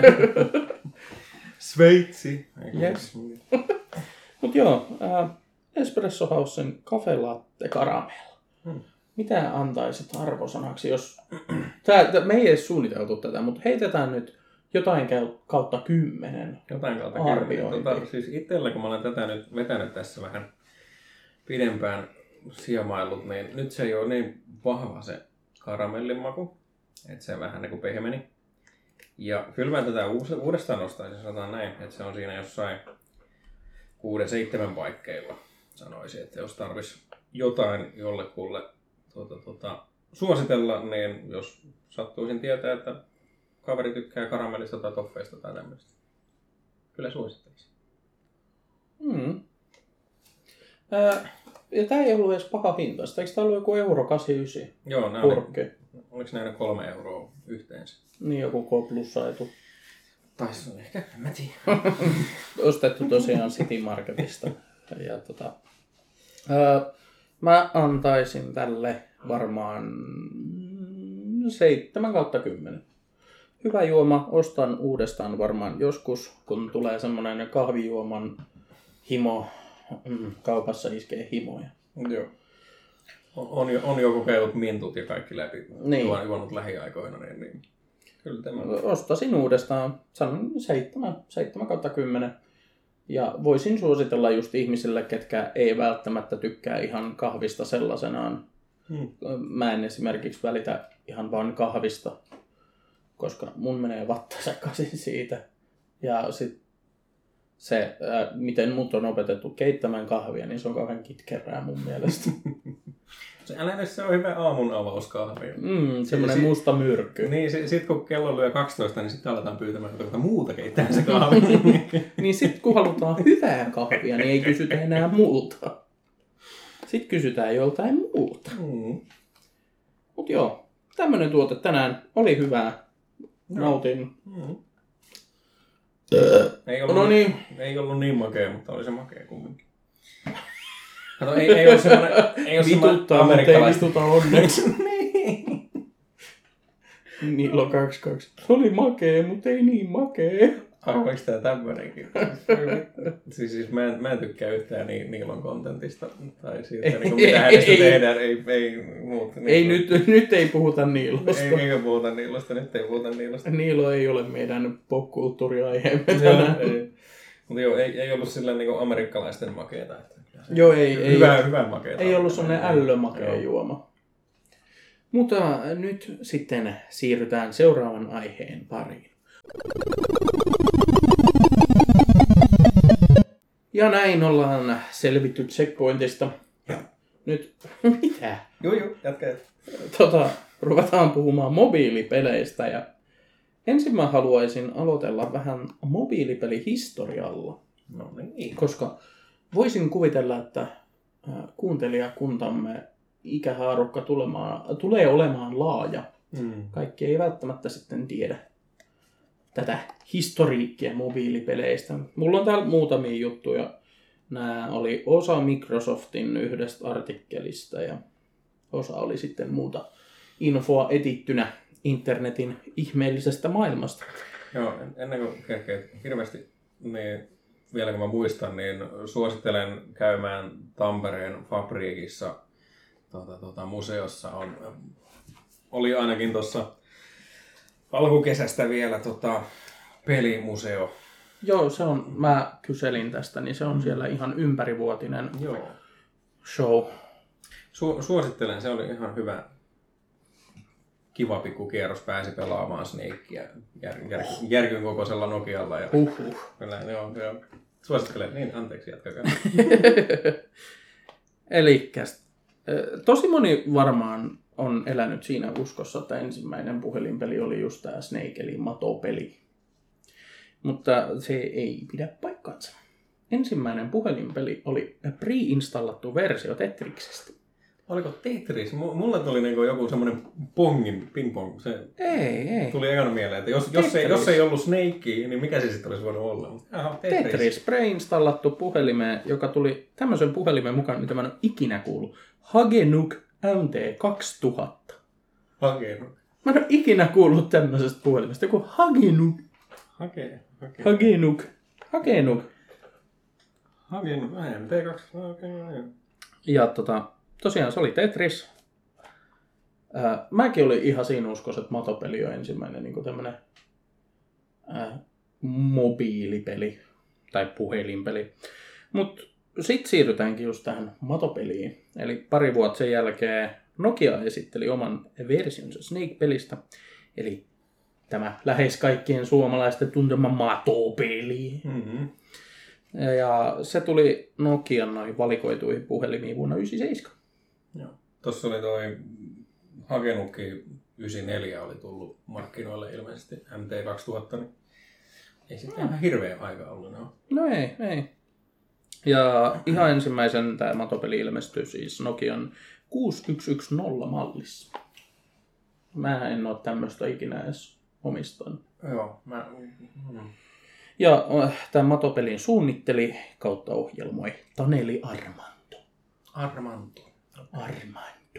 Speaker 2: Sveitsi.
Speaker 1: Yes. Mut joo, äh, Espresso Housen Cafe Latte Caramel. Hmm. Mitä antaisit arvosanaksi, jos... Tää, tää, me ei edes suunniteltu tätä, mutta heitetään nyt jotain kautta kymmenen
Speaker 2: Jotain kautta kymmenen. Tota, siis itsellä, kun mä olen tätä nyt vetänyt tässä vähän pidempään siemaillut, niin nyt se ei ole niin vahva se karamellin maku, että se vähän niin kuin pehmeni. Ja kyllä mä tätä uudestaan nostaisin, sanotaan näin, että se on siinä jossain kuuden seitsemän paikkeilla, sanoisin, että jos tarvisi jotain jollekulle tuota, tuota, suositella, niin jos sattuisin tietää, että kaveri tykkää karamellista tai toffeista tai tämmöistä, kyllä suosittelisin.
Speaker 1: Mm. Äh, ja tää ei ollut edes paha hintaista, eikö tää ollut joku euro kahdeksankymmentäyhdeksän?
Speaker 2: Joo, nämä oli, oliko näin kolme euroa yhteensä?
Speaker 1: Niin, joku K plussa etu.
Speaker 2: Taisi on ehkä, en mä tiedä.
Speaker 1: Ostettu tosiaan City Marketista. Ja tota, ää, mä antaisin tälle varmaan seitsemän kautta kymmenen. Hyvä juoma, ostan uudestaan varmaan joskus, kun tulee semmoinen kahvijuoman himo. Mm, kaupassa iskee himoja.
Speaker 2: Joo. On jo, on jo kokeillut mintut ja kaikki läpi.
Speaker 1: Niin.
Speaker 2: Juon, juonut lähiaikoina, niin, niin kyllä tämä...
Speaker 1: Ostasin uudestaan, sanon seitsemän, seitsemän kautta kymmenen. Ja voisin suositella just ihmisille, ketkä ei välttämättä tykkää ihan kahvista sellaisenaan. Hmm. Mä en esimerkiksi välitä ihan vaan kahvista, koska mun menee vatta sekaisin siitä. Ja sit se, äh, miten mut on opetettu keittämään kahvia, niin se on kauhean kitkerää mun mielestä.
Speaker 2: Se, älä se on hyvä aamun avauskahvi.
Speaker 1: Mm, semmoinen si- musta myrkky.
Speaker 2: Niin, sitten sit kun kello lyö kaksitoista, niin sitten aletaan pyytämään jotain muuta keittää se kahvi.
Speaker 1: Niin sitten kun halutaan hyvää kahvia, niin ei kysytä enää muuta. Sitten kysytään joltain muuta. Mm. Mut joo, tämmönen tuote tänään oli hyvää. Nautin. Mm.
Speaker 2: Ei ollut,
Speaker 1: no niin.
Speaker 2: Ei ollut niin makea, mutta oli se makea kumminkin. Kato, ei, ei ole semmoinen... Ei ole
Speaker 1: vituttaa, mutta ei vituta onneksi. Niin. Niilo kaksi kaksi. Se oli makea, mutta ei niin makea.
Speaker 2: Ai, oliko tää tämmönenkin? siis, siis mä, en, mä en tykkää yhtään ni, Niilon kontentista. Tai siitä, ei, niin mitä hänestä tehdään. Ei, ei, muut,
Speaker 1: ei nyt, nyt ei puhuta Niilosta.
Speaker 2: Ei, eikä puhuta Niilosta, nyt ei puhuta Niilosta.
Speaker 1: Niilo ei ole meidän pop-kulttuuriaiheemme tänään.
Speaker 2: Mutta joo, ei, ei ollut sillä niin amerikkalaisten makeeta.
Speaker 1: Joo, ei,
Speaker 2: hyvä,
Speaker 1: ei,
Speaker 2: hyvä makeeta.
Speaker 1: Ei ollut sellainen ällömakea juoma. Mutta nyt sitten siirrytään seuraavan aiheen pariin. Ja näin ollaan selvitty checkpointista. Ja nyt, mitä?
Speaker 2: Joo, joo, jatka, jatka.
Speaker 1: Tota, ruvetaan puhumaan mobiilipeleistä ja ensin mä haluaisin aloitella vähän mobiilipelihistorialla.
Speaker 2: No niin.
Speaker 1: Koska voisin kuvitella, että kuuntelijakuntamme ikähaarukka tulemaan, tulee olemaan laaja. Mm. Kaikki ei välttämättä sitten tiedä tätä historiikkia mobiilipeleistä. Mulla on täällä muutamia juttuja. Nämä oli osa Microsoftin yhdestä artikkelista ja osa oli sitten muuta infoa etittynä internetin ihmeellisestä maailmasta.
Speaker 2: Joo, ennen kuin kerkeet hirveästi, niin vielä kun mä muistan, niin suosittelen käymään Tampereen Fabriikissa tuota, tuota, museossa. On, oli ainakin tuossa alkukesästä vielä tota, pelimuseo.
Speaker 1: Joo, se on, mä kyselin tästä, niin se on mm. siellä ihan ympärivuotinen
Speaker 2: Joo.
Speaker 1: show.
Speaker 2: Su- suosittelen, se oli ihan hyvä. Kiva pikku kierros, pääsi pelaamaan Snakea jär, jär, järkyn kokoisella Nokialla. Ja
Speaker 1: Uhuh.
Speaker 2: Kyllä, joo, joo. Suosittelen, niin anteeksi, jatkakaa.
Speaker 1: Elikkäs, tosi moni varmaan on elänyt siinä uskossa, että ensimmäinen puhelinpeli oli just tämä Snake eli matopeli. Mutta se ei pidä paikkaansa. Ensimmäinen puhelinpeli oli pre-installattu versio Tetriksestä.
Speaker 2: Oliko Tetris? Mulle tuli niinku joku semmoinen pongin, ping-pong. Se
Speaker 1: ei, ei.
Speaker 2: Tuli ekana mieleen, että jos, jos, ei, jos ei ollut Snakea, niin mikä se sitten olisi voinut olla? Aha, Tetris.
Speaker 1: Tetris, pre-installattu puhelimeen, joka tuli tämmöisen puhelimen mukaan, mitä mä en ole ikinä kuullut. Hagenuk M T kaksituhatta.
Speaker 2: Hagenuk.
Speaker 1: Mä en ole ikinä kuullut tämmöisestä puhelimesta. Joku Hagenuk.
Speaker 2: Hage, hage.
Speaker 1: Hagenuk. Hagenuk.
Speaker 2: Hagenuk. M T kaksituhatta.
Speaker 1: Ja tota, tosiaan se oli Tetris. Ää, mäkin olin ihan siinä uskossa, että matopeli on ensimmäinen niin tämmöinen ää, mobiilipeli tai puhelinpeli. Mutta sitten siirrytäänkin just tähän matopeliin. Eli pari vuotta sen jälkeen Nokia esitteli oman versionsa Snake-pelistä. Eli tämä lähes kaikkien suomalaisten tuntema matopeli. Mm-hmm. Ja se tuli Nokian noihin valikoituihin puhelimiin vuonna yhdeksänkymmentäseitsemän.
Speaker 2: Joo. Tuossa oli toi Hagenukki yhdeksänkymmentäneljä oli tullut markkinoille ilmeisesti M T kaksituhatta, niin ei sitten ihan hirveä aika ollut. No,
Speaker 1: no ei, ei. Ja ihan ensimmäisen tämä matopeli ilmestyi siis Nokian kuusi yksi yksi nolla mallissa. Mä en ole tämmöistä ikinä edes omistanut.
Speaker 2: Joo, mä... Mm.
Speaker 1: Ja äh, tämän matopelin suunnitteli kautta ohjelmoi Taneli Armanto.
Speaker 2: Armanto.
Speaker 1: Armando.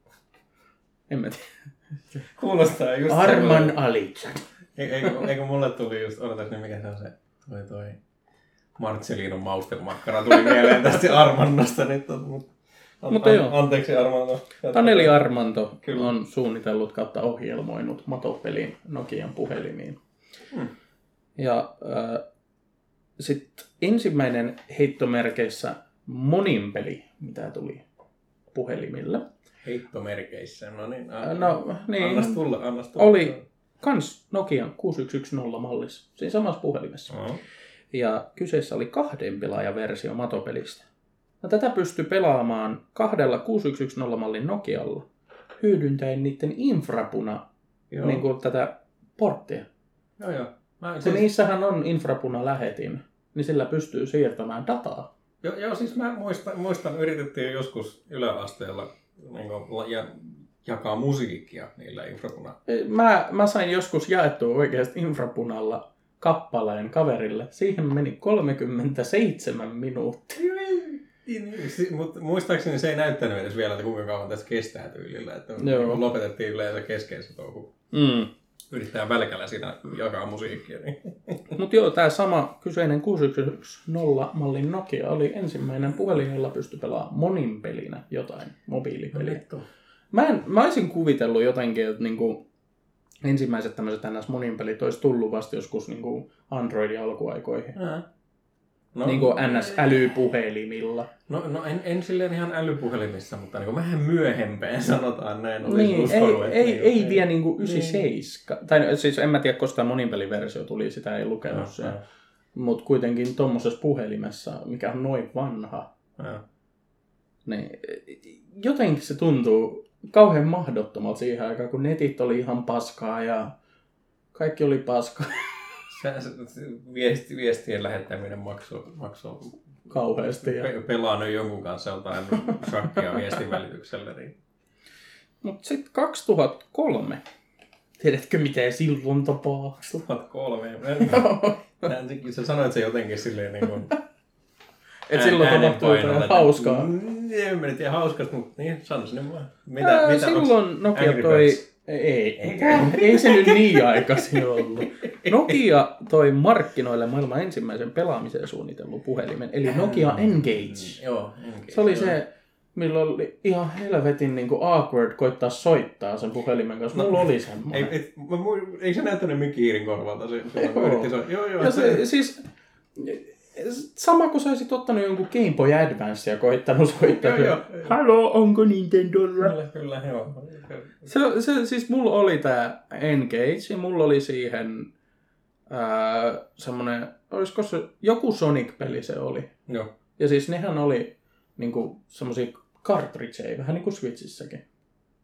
Speaker 1: En mä tiedä.
Speaker 2: Kuulostaa just...
Speaker 1: Arman Alitsan.
Speaker 2: Eikö, eikö mulle tuli just, odotas nyt mikä se on se, toi toi Marcellinon maustemakkara tuli mieleen tästä Armandosta nyt, mutta an,
Speaker 1: Mutta
Speaker 2: an,
Speaker 1: joo.
Speaker 2: Anteeksi Armando.
Speaker 1: Taneli Armanto
Speaker 2: Kyllä.
Speaker 1: on suunnitellut kautta ohjelmoinut matopelin Nokian puhelimiin. Hmm. Ja äh, sitten ensimmäinen heittomerkeissä monin peli, mitä tuli puhelimille.
Speaker 2: Heittomerkeissä, no niin. An,
Speaker 1: no, niin.
Speaker 2: Annas tulla, annas tulla.
Speaker 1: Oli kans Nokian kuusi yksi yksi nolla mallissa, siinä samassa puhelimessa.
Speaker 2: Uh-huh.
Speaker 1: Ja kyseessä oli kahden pelaajan versio matopelistä. No, tätä pystyi pelaamaan kahdella kuusi yksi yksi nolla mallin Nokialla, hyödyntäen niiden infrapuna niin kuin tätä porttia.
Speaker 2: Joo, joo. Mä,
Speaker 1: Kun
Speaker 2: siis...
Speaker 1: niissähän on infrapuna-lähetin, niin sillä pystyy siirtämään dataa.
Speaker 2: Joo, joo siis mä muistan, muistan yritettiin joskus yläasteella niin kuin, ja, jakaa musiikkia niillä infrapuna.
Speaker 1: Mä, mä sain joskus jaettua oikeasti infrapunalla kappaleen kaverille. Siihen meni kolmekymmentäseitsemän minuuttia.
Speaker 2: Mutta muistaakseni se ei näyttänyt edes vielä, että kuinka kauan tässä kestää tyylillä. Että niin lopetettiin yleensä kesken se touhu. Mm. Yrittää välkällä siinä jakaa musiikkia. Niin.
Speaker 1: Mutta joo, tämä sama kyseinen kuusi yksi yksi nolla mallin Nokia oli ensimmäinen puhelin, jolla pystyi pelaamaan monin pelinä jotain mobiilipeliä. No, mä, en, mä olisin kuvitellut jotenkin, että niinku ensimmäiset tämmöiset N S-monin pelit olisi tullut vasta joskus niinku Androidin alkuaikoihin. Ää. No, niin kuin N S-älypuhelimilla.
Speaker 2: No, no en, en silleen ihan älypuhelimissa, mutta niin vähän myöhempään sanotaan näin.
Speaker 1: Niin, uskonut, ei, ei, ei, ei vielä niin kuin yhdeksänkymmentäseitsemän. Niin. Tai siis en mä tiedä, koska tämä moninpeliversio tuli, sitä ei lukenut no, se. No. Mutta kuitenkin tuommoisessa puhelimessa, mikä on noin vanha, no. niin jotenkin se tuntuu kauhean mahdottomalta siihen aikaan, kun netit oli ihan paskaa ja kaikki oli paskaa.
Speaker 2: Viesti, viestien lähettäminen maksoi, maksoi
Speaker 1: kauheasti. Ja...
Speaker 2: Pe- pelannut jonkun kanssa jotain shakkia viestin välityksellä. Niin.
Speaker 1: Mutta sitten kaksituhattakolme. Tiedätkö miten silloin tapahtui?
Speaker 2: kaksituhattakolme. Sä sanoit se jotenkin silleen niin kuin...
Speaker 1: Et silloin tapahtui jotain hauskaa.
Speaker 2: En mä tiedä hauskasta, mutta niin, sano sinne vaan. Mitä,
Speaker 1: Ää,
Speaker 2: mitä
Speaker 1: silloin Nokia toi... Ei, ei, ei se nyt niin aikaisin ollut. Nokia toi markkinoille maailman ensimmäisen pelaamiseen suunnitellun puhelimen, eli Nokia Engage.
Speaker 2: Joo, Engage.
Speaker 1: Se oli se, milloin oli ihan helvetin niin kuin awkward koittaa soittaa sen puhelimen kanssa. Mulla no, oli semmoinen.
Speaker 2: Ei, ei, ei se näyttänyt mikiirin korvalta se, se joo. Yritti soittaa. Joo, joo.
Speaker 1: Ja se, siis... Sama kuin sä olisit ottanut jonkun Game Boy Advance ja koittanut soittaa. Joo, joo. Halo, onko Nintendolla?
Speaker 2: Kyllä, kyllä, joo.
Speaker 1: Se, se, siis mulla oli tää Engage ja mulla oli siihen ää, semmonen, olisiko se, joku Sonic-peli se oli.
Speaker 2: Joo.
Speaker 1: Ja siis nehän oli niinku semmosia cartridgeja, vähän niinku Switchissäkin.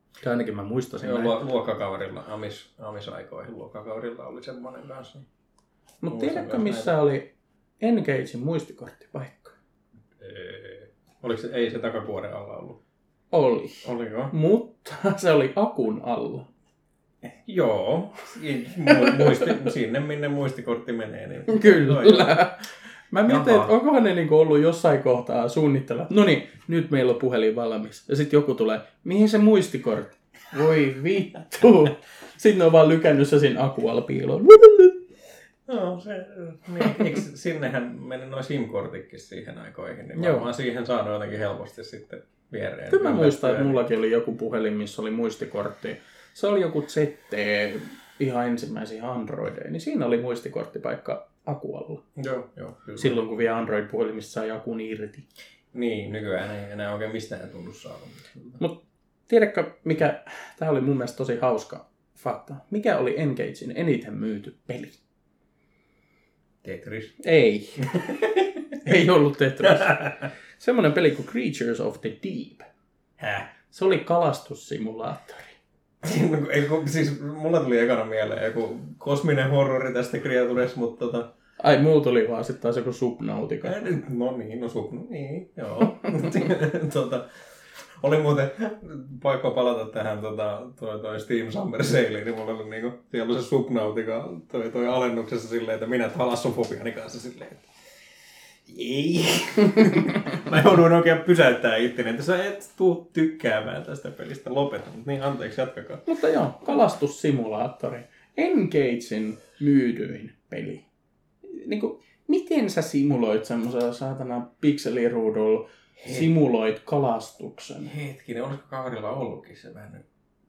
Speaker 1: Tai ainakin mä muistasin
Speaker 2: Joo,
Speaker 1: näin.
Speaker 2: luokkakaverilla, amis, amisaikoihin luokkakaverilla oli semmoinen kanssa.
Speaker 1: Mutta tiedätkö missä näitä oli Engagein muistikorttipaikka?
Speaker 2: Ei. Oliko se, ei se takakuoren alla ollut?
Speaker 1: Oli.
Speaker 2: Oliko?
Speaker 1: Mutta se oli akun alla.
Speaker 2: Joo. Muisti, sinne minne muistikortti menee. Niin...
Speaker 1: Kyllä. Mä mietin, että onkohan ne niinku ollut jossain kohtaa suunnittella. No niin, nyt meillä on puhelin valmis. Ja sitten joku tulee, mihin se muistikortti? Voi vittu. Sitten ne on vaan lykännyt se siinä akualla piiloon.
Speaker 2: No, se, niin, eikö, sinnehän meni noin SIM-kortitkin siihen aikoihin, niin varmaan Joo. siihen saanut jotenkin helposti sitten viereen.
Speaker 1: Kyllä mä muistan, että mullakin oli joku puhelin, missä oli muistikortti. Se oli joku Z T, ihan ensimmäisiä Androideja, niin siinä oli muistikorttipaikka akualla.
Speaker 2: Joo, joo. Kyllä.
Speaker 1: Silloin kun vielä Android-puhelimissa sai akun irti.
Speaker 2: Niin, nykyään ei enää oikein mistään tunnu saada.
Speaker 1: Mut tiedätkö, mikä, tää oli mun mielestä tosi hauska fakta. Mikä oli Engagein eniten myyty peli?
Speaker 2: Tetris.
Speaker 1: Ei. Ei ollut Tetris. Semmoinen peli kuin Creatures of the Deep.
Speaker 2: Häh?
Speaker 1: Se oli kalastussimulaattori.
Speaker 2: Ei, siis mulla tuli ekana mieleen joku kosminen horrori tästä Creaturesta, mutta tota...
Speaker 1: Ai, muu tuli vaan sitten taas joku Subnautica.
Speaker 2: No niin, no Sub... Niin, joo. tota, oli muuten paikka palata tähän tota, toi, toi Steam Summer Saleiin, niin mulla oli niinku, siellä oli se Subnautica toi, toi alennuksessa silleen, että minä talassofobiani kanssa silleen, että ei. Mä joudun oikein pysäyttää itteni, että sä et tuu tykkäämään tästä pelistä, lopeta. Niin, anteeksi, jatkakaa.
Speaker 1: Mutta joo, kalastussimulaattori. Engagein myydyin peli. Niin kuin, miten sä simuloit semmoisella saatana pikseliruudulla, simuloit kalastuksen?
Speaker 2: Hetkinen, olisiko kaverilla ollutkin se vähän?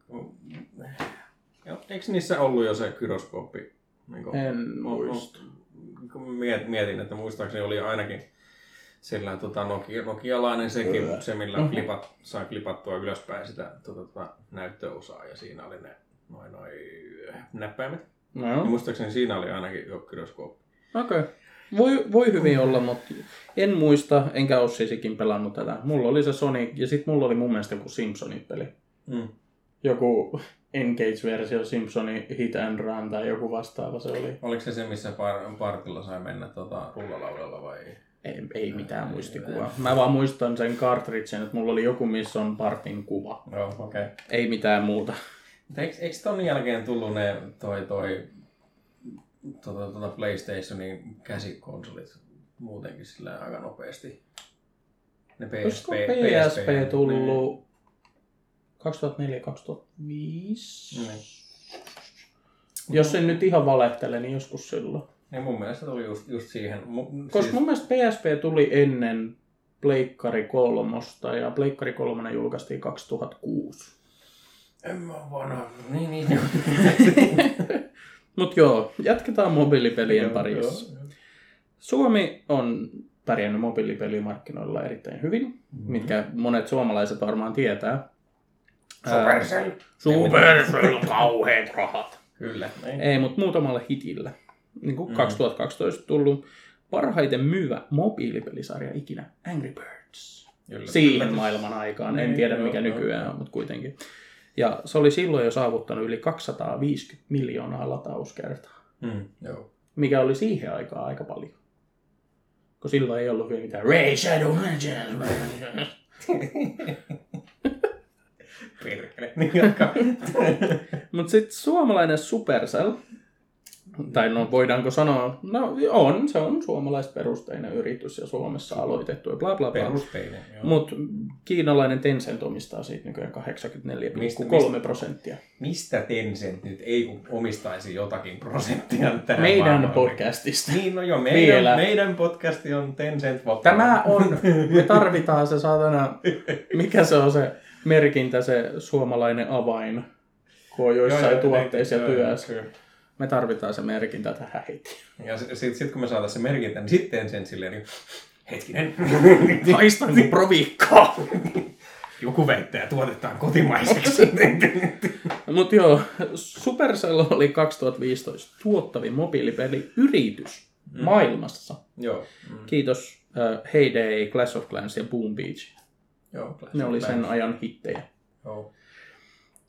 Speaker 2: Eikö niissä ollut jo se gyroskooppi? Niin
Speaker 1: en muista.
Speaker 2: Mietin, että muistaakseni oli ainakin sillä tota, Nokia, nokialainen sekin, Kyllä. se millä mm-hmm. klipat, sai klipattua ylöspäin sitä tota, näyttöosaa ja siinä oli ne noin noi näppäimet. No. Ja muistaakseni siinä oli ainakin jo gyroskooppi.
Speaker 1: Okei. Okay. Voi, voi hyvin olla, mutta en muista, enkä ole siisikin pelannut tätä. Mulla oli se Sonic ja sitten mulla oli mun mielestä joku Simpsonit-peli. Mm. Joku Engage-versio, Simpsonin Hit and Run tai joku vastaava se oli.
Speaker 2: Oliko se se, missä par- partilla sai mennä tota, rullalaudalla vai?
Speaker 1: Ei, ei mitään Ää, muistikuvaa. Mä vaan muistan sen cartridgen, että mulla oli joku, missä on partin kuva.
Speaker 2: Joo, okei. Okay.
Speaker 1: Ei mitään muuta.
Speaker 2: Eikö, eikö ton jälkeen tullut ne toi toi tota, tota PlayStationin käsikonsolit muutenkin sillä aika nopeasti? Ne P S P,
Speaker 1: P S P tullut ne kaksituhattaneljä kaksituhattaviisi. Mm. Jos en nyt ihan valehtele, niin joskus silloin.
Speaker 2: Ja mun mielestä tuli just, just siihen.
Speaker 1: Koska siis mun mielestä P S P tuli ennen Pleikkari kolmosta ja Pleikkari kolmonen julkaistiin kaksituhattakuusi.
Speaker 2: En mä vanha. Niin, niin.
Speaker 1: Mut joo, jatketaan mobiilipelien parissa. Suomi on pärjännyt mobiilipelimarkkinoilla erittäin hyvin, mm-hmm. mitkä monet suomalaiset varmaan tietää.
Speaker 2: Supercell.
Speaker 1: Supercell, kauheat rahat.
Speaker 2: Kyllä. Ei,
Speaker 1: ei mutta muutamalla hitillä. Niin kuin mm. kaksituhattakaksitoista tullut parhaiten myyvä mobiilipelisarja ikinä, Angry Birds. Kyllä, Siihen kyllä. maailman aikaan. En tiedä joo, mikä joo, nykyään joo. on, mutta kuitenkin. Ja se oli silloin jo saavuttanut yli kaksisataaviisikymmentä miljoonaa latauskertaa. Mm, joo. Mikä oli siihen aikaan aika paljon. Kun silloin ei ollut vielä mitään Ray Shadow Legends.
Speaker 2: Perkele.
Speaker 1: Mutta sitten suomalainen Supercell, tai no voidaanko sanoa, no on, se on suomalaisperusteinen yritys ja Suomessa aloitettu ja bla bla bla.
Speaker 2: Perusteinen, joo.
Speaker 1: Mutta kiinalainen Tencent omistaa siitä nykyään kahdeksankymmentäneljä pilkku kolme prosenttia.
Speaker 2: Mistä Tencent nyt ei kun omistaisi jotakin prosenttia tähän
Speaker 1: meidän
Speaker 2: maailmaan?
Speaker 1: Podcastista.
Speaker 2: Niin, no joo, meidän, meidän podcasti on Tencent vapaa.
Speaker 1: Tämä on, me tarvitaan se saatana, mikä se on se merkintä, se suomalainen avain, kun on joissain joo, tuotteissa ja työssä. Me tarvitaan se merkintä tähän heti.
Speaker 2: Ja sitten sit, kun me saadaan se merkintä, niin sitten sen silleen, niin hetkinen.
Speaker 1: Haistan kuin proviikkaa.
Speaker 2: Joku väittää, tuotetaan kotimaiseksi.
Speaker 1: Mutta joo, Supercell oli kaksituhattaviisitoista tuottavin mobiilipeliyritys mm. maailmassa.
Speaker 2: Joo. Mm.
Speaker 1: Kiitos uh, Heyday, Clash of Clans ja Boom Beach.
Speaker 2: Joo, Clash
Speaker 1: ne
Speaker 2: of
Speaker 1: oli
Speaker 2: Clans.
Speaker 1: sen ajan hittejä.
Speaker 2: Joo.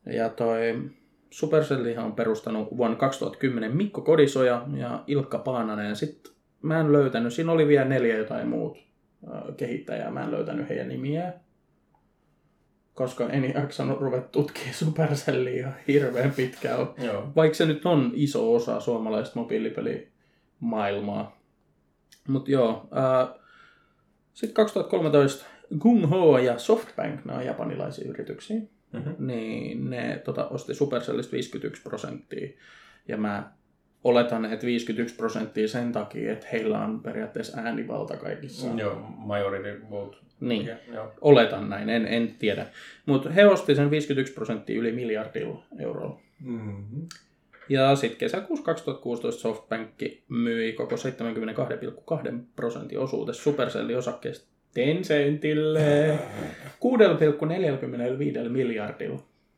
Speaker 1: Ja toi Supercellihan on perustanut vuonna kaksituhattakymmenen Mikko Kodisoja ja Ilkka Paananen. Ja sit mä en löytänyt, siinä oli vielä neljä jotain muut kehittäjää, mä en löytänyt heidän nimiään. Koska en jaksanut ruveta tutkimaan Supercellia hirveän pitkään.
Speaker 2: Joo.
Speaker 1: Vaikka se nyt on iso osa suomalaista mobiilipelimaailmaa. Mut joo. Ää, sitten kaksituhattakolmetoista Gung Ho ja Softbank, nämä on japanilaisia yrityksiä. Mm-hmm. Niin ne tota, osti Supercellista viisikymmentäyksi prosenttia. Ja mä oletan, että viisikymmentäyksi prosenttia sen takia, että heillä on periaatteessa äänivalta kaikissa.
Speaker 2: Joo, majority vote.
Speaker 1: Niin,
Speaker 2: ja, joo.
Speaker 1: Oletan näin, en, en tiedä. Mutta he osti sen viisikymmentäyksi prosenttia yli miljardilla eurolla.
Speaker 2: Mm-hmm.
Speaker 1: Ja sitten kesäkuussa kaksituhattakuusitoista Softbank myi koko seitsemänkymmentäkaksi pilkku kaksi prosentin osuudessa Supercellin osakkeesta Tencentille kuusi pilkku neljäkymmentäviisi miljardilla.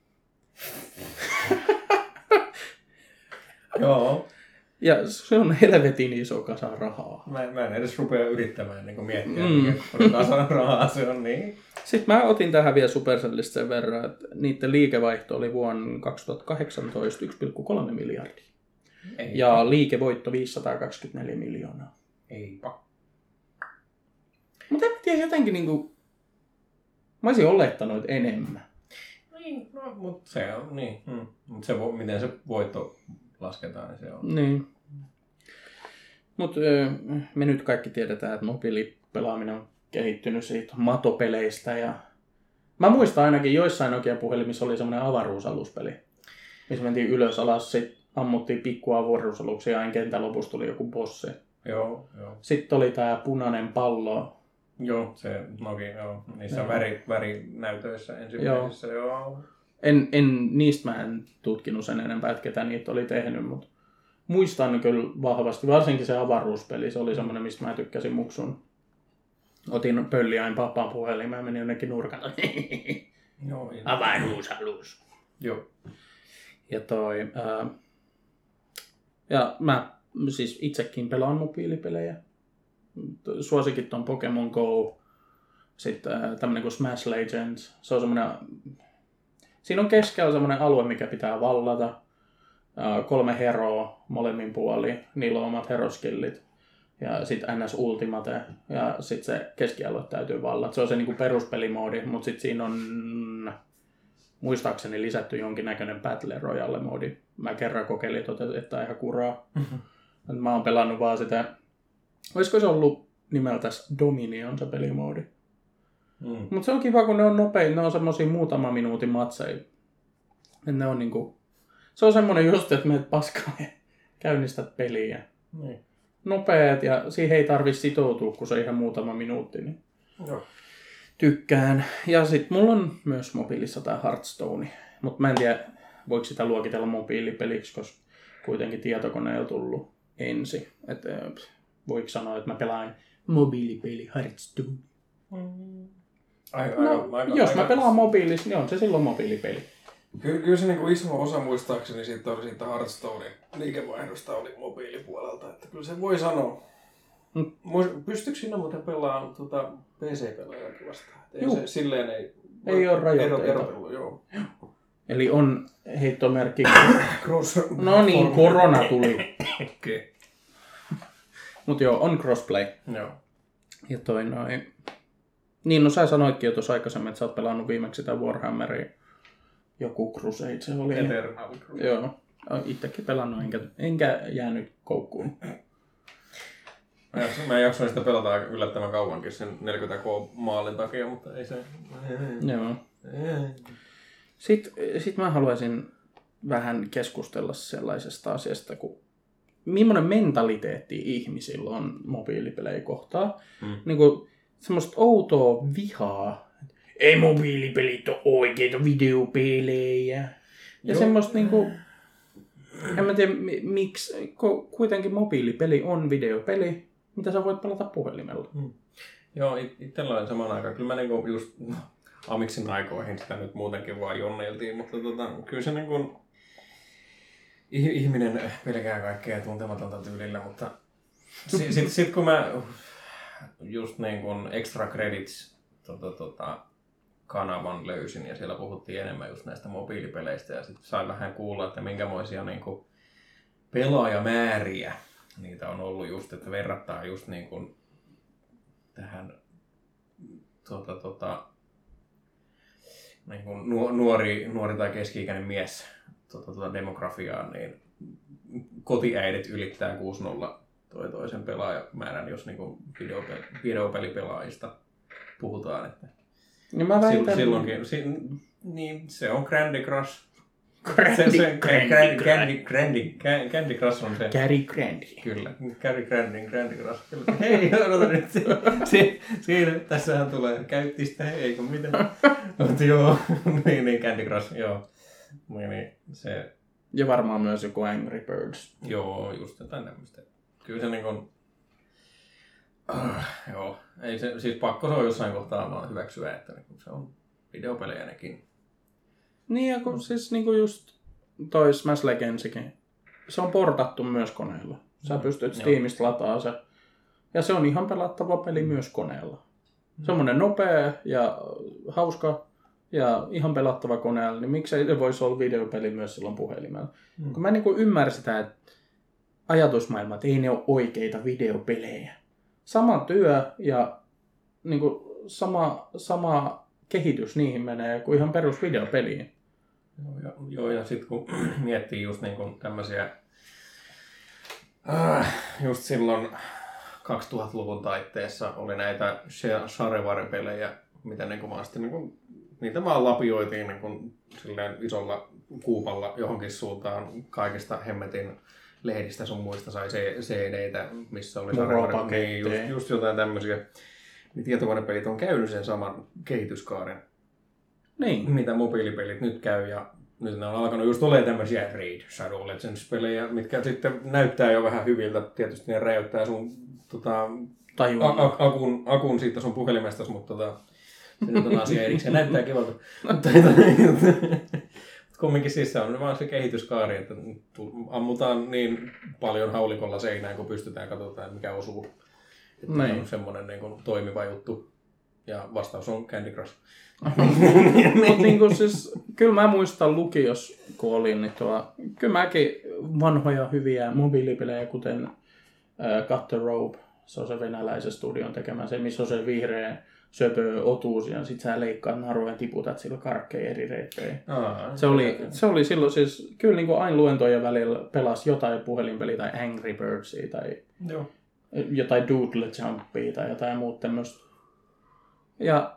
Speaker 2: Joo.
Speaker 1: Ja se on helvetin iso kasa rahaa.
Speaker 2: Mä, mä en edes rupea yrittämään niin miettiä, mm. mikä kasa rahaa se on. Niin.
Speaker 1: Sitten mä otin tähän vielä Supercellista sen verran, että niiden liikevaihto oli vuonna kaksituhattakahdeksantoista yksi pilkku kolme miljardia. Ei. Ja liikevoitto viisisataakaksikymmentäneljä miljoonaa.
Speaker 2: Eipä.
Speaker 1: Mutta en tiedä, jotenkin niinku... Mä olisin olettanut enemmän.
Speaker 2: Niin, no, mutta se on niin. Hmm. Mut se, miten se voitto lasketaan, niin se on.
Speaker 1: Niin. Mutta me nyt kaikki tiedetään, että mobiilipelaaminen on kehittynyt siitä matopeleistä. Ja... Mä muistan ainakin joissain Nokia-puhelimissa oli semmoinen avaruusaluspeli, missä mentiin ylös alas, sit ammuttiin pikku avaruusaluksia ja aina kentän lopussa tuli joku bossi.
Speaker 2: Joo, joo.
Speaker 1: Sitten oli tää punainen pallo.
Speaker 2: Joo, se Nokia, joo. Niissä joo. Väri, värinäytöissä ensimmäisessä, joo. joo.
Speaker 1: En, en, niistä mä en tutkinut sen enempää, että ketä niitä oli tehnyt, mutta muistan kyllä vahvasti, varsinkin se avaruuspeli, se oli semmoinen, mistä mä tykkäsin muksun. Otin pölliäin pappaan puhelimeen ja menin jonnekin nurkan.
Speaker 2: Joo,
Speaker 1: avaruusalus.
Speaker 2: Joo.
Speaker 1: Ja toi, ää, ja mä siis itsekin pelaan mobiilipelejä. Suosikit on Pokemon Go, sitten ää, tämmönen kuin Smash Legends. Se on semmoinen, siinä on keskellä semmoinen alue, mikä pitää vallata. Ää, kolme heroa molemmin puoli, niillä on omat heroskillit. Ja sitten N S Ultimate, ja sitten se keskialue täytyy vallata. Se on se niinku peruspelimoodi, mutta sitten siinä on muistaakseni lisätty jonkinnäköinen Battle Royale-moodi. Mä kerran kokeilin, että otetaan ihan kuraa. Mm-hmm. Mä oon pelannut vaan sitä, olisiko se ollut nimeltäs Dominion se pelimoodi. Mm. Mutta se on kiva, kun ne on nopein, ne on semmosia muutaman minuutin matseja. Et ne on niinku, se on semmonen just, että menet paskaan ja käynnistät peliä. Mm. Nopeet ja siihen ei tarvitse sitoutua, kun se on ihan muutama minuutti. Niin
Speaker 2: joo.
Speaker 1: Tykkään. Ja sit mulla on myös mobiilissa tää Hearthstone. Mutta mä en tiedä, voiko sitä luokitella mobiilipeliksi, koska kuitenkin tietokoneella tullut ensin. Et, voiko sanoa, että mä pelaan mobiilipeli Hearthstone? Mm.
Speaker 2: Aika,
Speaker 1: no,
Speaker 2: aika, aika,
Speaker 1: jos
Speaker 2: aika,
Speaker 1: mä pelaan mobiilissa, niin on se silloin mobiilipeli.
Speaker 2: Kyllä, kyllä se niin iso osa muistaakseni siitä oli siitä Hearthstonein liikevaihdosta oli mobiilipuolelta. Että kyllä se voi sanoa. Hmm. Pystyykö sinä muuten pelaamaan tuota P C-pelaajakin vastaan? Ei se, silleen ei,
Speaker 1: ei ole rajoitteita.
Speaker 2: Erotelu, joo.
Speaker 1: Eli on heittomerkki.
Speaker 2: Cross.
Speaker 1: No niin, korona tuli.
Speaker 2: Okei. Okay.
Speaker 1: Mut joo, on crossplay.
Speaker 2: Joo.
Speaker 1: Ja toi noin. Niin, no sä sanoitkin jo tuossa aikaisemmin, että sä oot pelannut viimeksi sitä Warhammeria. Joku Crusade se oli.
Speaker 2: Eternal Crusade.
Speaker 1: Joo. Itsekin pelannut, enkä, enkä jäänyt koukkuun.
Speaker 2: Mä, jaksoin, mä jaksoin sitä pelata aika yllättävän kauankin sen neljäkymmentä K maalin takia, mutta ei se...
Speaker 1: Joo. Sitten sit mä haluaisin vähän keskustella sellaisesta asiasta, kun millainen mentaliteetti ihmisillä on mobiilipelejä kohtaan. Mm. Niin kuin semmoista outoa vihaa. Ei mobiilipelit ole oikeita videopelejä. Ja joo. Semmoista niinku... En mä tiedä miksi, kun kuitenkin mobiilipeli on videopeli, mitä sä voit pelata puhelimella. Hmm.
Speaker 2: Joo, itsellä on samaan aikaan. Kyllä mä niinku just Amiksin aikoihin sitä nyt muutenkin vaan jonneiltiin, mutta tota, kyllä se niinku... Ihminen pelkää kaikkea tuntematonta tyylillä, mutta sitten sit, sit kun mä just niin kuin extra credits tota, tota, kanavan löysin ja siellä puhuttiin enemmän just näistä mobiilipeleistä ja sitten sain vähän kuulla, että minkämoisia niin kuin pelaajamääriä niitä on ollut just, että verrattaa just niin kuin tähän tuota, tuota, niin kuin nuori, nuori tai keski-ikäinen mies tuota, tuota demografiaan, niin kotiäidit ylittää kuusi nolla toi toisen pelaajamäärän, jos niin kuin videopeli, videopelipelaajista puhutaan. Että
Speaker 1: niin mä väitän...
Speaker 2: Silloinkin, si, niin se on Candy Crush.
Speaker 1: Candy,
Speaker 2: se, se,
Speaker 1: Candy,
Speaker 2: Candy, Candy, Candy, Candy Crush on se.
Speaker 1: Candy Candy.
Speaker 2: Kyllä, Candy Candy, Candy Crush. Kyllä. Hei, odota nyt. Si, siinä, tässähän tulee käyttistä, eikö mitään. Mutta joo, niin, niin Candy Crush, joo. Niin, niin, se...
Speaker 1: Ja varmaan myös joku Angry Birds.
Speaker 2: Joo, just jotain tämmöistä. Kyllä se niin kuin... Uh, joo, ei se, siis pakko se on jossain kohtaa vaan hyväksyä, että niin se on videopelejä nekin.
Speaker 1: Niin ja kun siis niin kuin just toi Smash Legendsikin, se on portattu myös koneella. Sä pystyt Steamista lataa se. Ja se on ihan pelattava peli myös koneella. Semmoinen nopea ja hauska ja ihan pelattava koneella, niin miksei se voisi olla videopeli myös silloin puhelimella. Mm. Kun mä niin kuin ymmärrän sitä, että ajatusmaailma, että ei ne ole oikeita videopelejä. Sama työ ja niin kuin sama, sama kehitys niihin menee kuin ihan perusvideopeliin.
Speaker 2: Joo, ja, joo, ja sitten kun miettii just niin kuin tämmöisiä, äh, just silloin kaksituhattaluvun taitteessa oli näitä Shareware-pelejä, mitä niin kuin vaan sitten, niin kuin, niitä vaan lapioitiin niin kuin silleen isolla kuupalla johonkin suuntaan kaikista hemmetin lehdistä sun muista sai C D:tä, missä oli Shareware, niin just, just jotain tämmöisiä. Niin tietokonepelit on käynyt sen saman kehityskaaren,
Speaker 1: niin.
Speaker 2: mitä mobiilipelit nyt käy. Ja nyt ne on alkanut just olemaan tämmöisiä Raid Shadow Legends-pelejä, mitkä sitten näyttää jo vähän hyviltä. Tietysti ne räjäyttää sun tota, a- a- akun, akun siitä sun puhelimestasi, mutta tota, se nyt on asia erikseen. Näyttää kivalta. Kumminkin siis se on vaan se kehityskaari, että ammutaan niin paljon haulikolla seinään, kun pystytään, katsotaan mikä osuu. Että se on semmoinen niin kuin toimiva juttu. Ja vastaus on Candy Crush.
Speaker 1: Mutta niin siis, kyllä mä muistan lukios, kun olin, niin tuo, kyllä mäkin vanhoja hyviä mobiilipelejä, kuten äh, Cut the Rope, se on se venäläisen studion tekemä, se missä on se vihreä söpö otuus ja sit sä leikkaat narua ja tiputat sillä karkkeja eri reittejä. Se oli, se oli silloin siis, kyllä niin kuin aina luentojen välillä pelasi jotain puhelinpeliä tai Angry Birdsia tai
Speaker 2: Joo.
Speaker 1: jotain Doodle Jumpia tai jotain muuta tämmöistä. Ja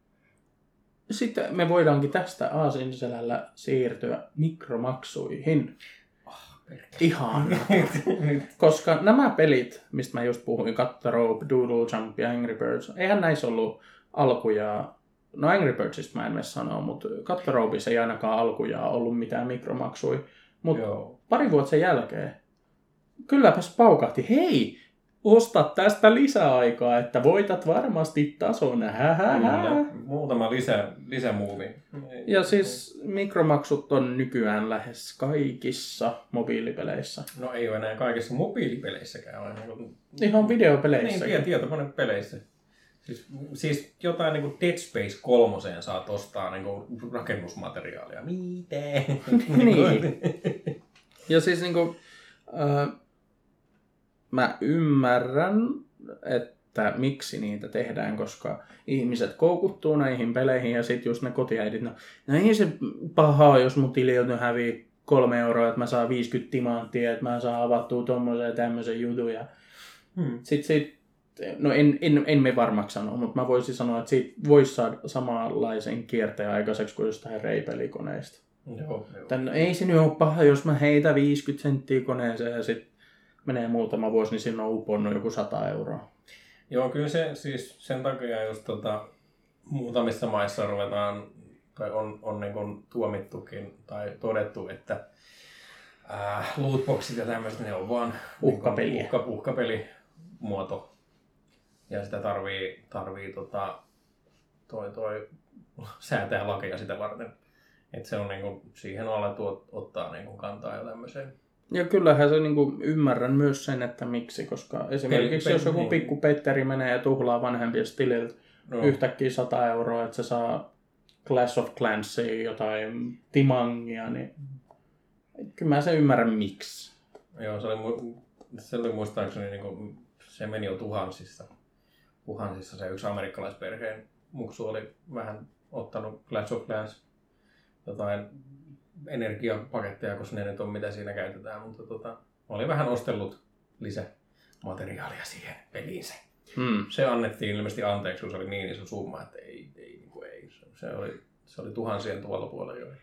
Speaker 1: sitten me voidaankin tästä aasinselällä siirtyä mikromaksuihin.
Speaker 2: Oh,
Speaker 1: ihan. Koska nämä pelit, mistä mä just puhuin, Cut the Rope, Doodle Jump ja Angry Birds, eihän näissä ollut alkujaa. No Angry Birdsista mä en mene sanoa, mutta Cut the Ropeissa ei ainakaan alkujaa ollut mitään mikromaksuja. Mutta pari vuotta sen jälkeen, kylläpäs paukahti, hei! Osta tästä lisäaikaa, että voitat varmasti tason. Hähähä.
Speaker 2: Muutama lisä, lisämuuvi.
Speaker 1: Ja siis mikromaksut on nykyään lähes kaikissa mobiilipeleissä.
Speaker 2: No ei ole enää kaikissa mobiilipeleissäkään.
Speaker 1: Ihan videopeleissä.
Speaker 2: Niin, tietokonepeleissä. Siis, siis jotain niin kuin Dead Space kolmoseen saat ostaa niin kuin rakennusmateriaalia. Mitä?
Speaker 1: Niin. Ja siis niin kuin, äh, mä ymmärrän, että miksi niitä tehdään, koska ihmiset koukuttuu näihin peleihin ja sitten just ne kotiäidit, no, no ei se pahaa, jos mun tililtä hävii kolme euroa, että mä saan viisikymmentä timanttia, että mä saan avattua tommosen ja tämmöisen jutun. Ja hmm. Sitten sit, no en, en, en me varmaksi sanoa, mutta mä voisin sanoa, että siitä voisi saada samanlaisen kierteen aikaiseksi kuin jostain reipelikoneista.
Speaker 2: Joo, joo.
Speaker 1: Tän, no, ei se nyt ole paha, jos mä heitän viisikymmentä senttiä koneeseen ja sitten menee muutama vuosi, niin siinä on uponnut joku sata euroa.
Speaker 2: Joo, kyllä se siis sen takia just tota, muutamissa maissa ruvetaan, tai on, on niin kuin tuomittukin tai todettu, että äh, lootboxit ja tämmöiset, ne on vaan
Speaker 1: uhkapeliä.
Speaker 2: Niin uhka, uhkapelimuoto. Ja sitä tarvii, tarvii tota, toi, toi, säätää lakeja sitä varten. Että se on niin kuin, siihen on alettu ottaa niin kuin kantaa jo tämmöiseen.
Speaker 1: Ja kyllähän se niin kuin, ymmärrän myös sen, että miksi, koska esimerkiksi peli, jos joku pikku Petteri menee ja tuhlaa vanhempien tililtä no. yhtäkkiä sata euroa, että se saa Clash of Clansia, jotain Timangia, niin kyllä mä sen ymmärrän miksi.
Speaker 2: Joo, se oli, se oli muistaakseni niin kuin, se meni jo tuhansissa. Tuhansissa se yksi amerikkalaisperheen muksu oli vähän ottanut Clash of Clans jotain energiapaketteja, koska ne nyt on mitä siinä käytetään, mutta tota, oli vähän ostellut lisämateriaalia siihen peliinsä.
Speaker 1: Hmm.
Speaker 2: Se annettiin ilmeisesti anteeksi, kun se oli niin iso summa, että ei, ei, niin kuin ei. Se oli, se oli tuhansien tuolla puolella jo.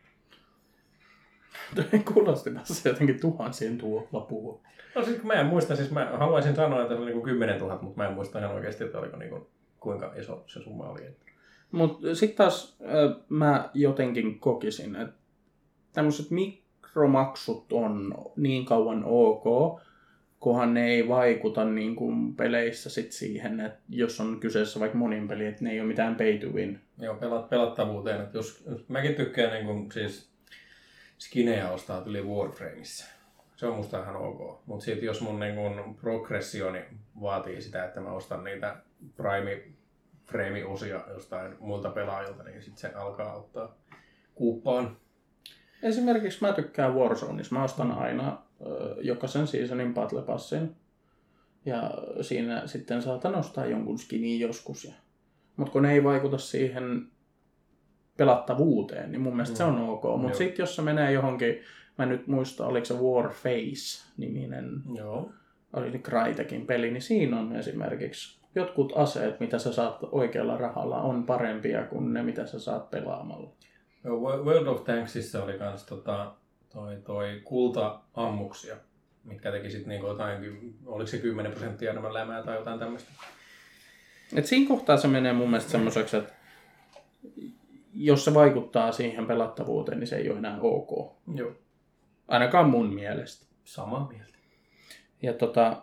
Speaker 1: Kuulosti tässä jotenkin tuhansien tuolla puolella.
Speaker 2: No siis mä en muista, siis mä haluaisin sanoa, että se oli niin kymmenen tuhatta, mutta mä en muista ihan oikeasti, että oliko niin kuin, kuinka iso se summa oli.
Speaker 1: Mutta sitten taas äh, mä jotenkin kokisin, että tämmöiset mikromaksut on niin kauan ok, kunhan ne ei vaikuta niin kuin peleissä sit siihen, että jos on kyseessä vaikka monin peli, että ne ei ole mitään pay to win.
Speaker 2: Joo, pelat, pelattavuuteen. Että jos, jos mäkin tykkään niin kuin, siis skinejä ostaa yli Warframeissa. Se on musta ihan ok. Mutta sitten jos mun niin kun, progressioni vaatii sitä, että mä ostan niitä Prime Frame-osia jostain muilta pelaajilta, niin sitten se alkaa ottaa kuuppaan.
Speaker 1: Esimerkiksi mä tykkään Warzoneissa. Mä ostan aina ö, jokaisen seasonin Battle Passin. Ja siinä sitten saatan ostaa jonkun skinin joskus. Mutta kun ne ei vaikuta siihen pelattavuuteen, niin mun mielestä mm. se on ok. Mutta sitten jos se menee johonkin, mä en nyt muista, oliko se Warface-niminen,
Speaker 2: Joo.
Speaker 1: oli Crytekin peli, niin siinä on esimerkiksi jotkut aseet, mitä sä saat oikealla rahalla, on parempia kuin ne, mitä sä saat pelaamalla.
Speaker 2: World of Tanksissa oli kans tota, toi, toi kulta-ammuksia, mitkä teki sit niinku jotain, oliko se kymmenen prosenttia enemmän lämää tai jotain tämmöistä.
Speaker 1: Et siinä kohtaa se menee mun mielestä semmoiseksi, että jos se vaikuttaa siihen pelattavuuteen, niin se ei ole enää ok.
Speaker 2: Joo.
Speaker 1: Ainakaan mun mielestä.
Speaker 2: Samaa mieltä.
Speaker 1: Ja tota,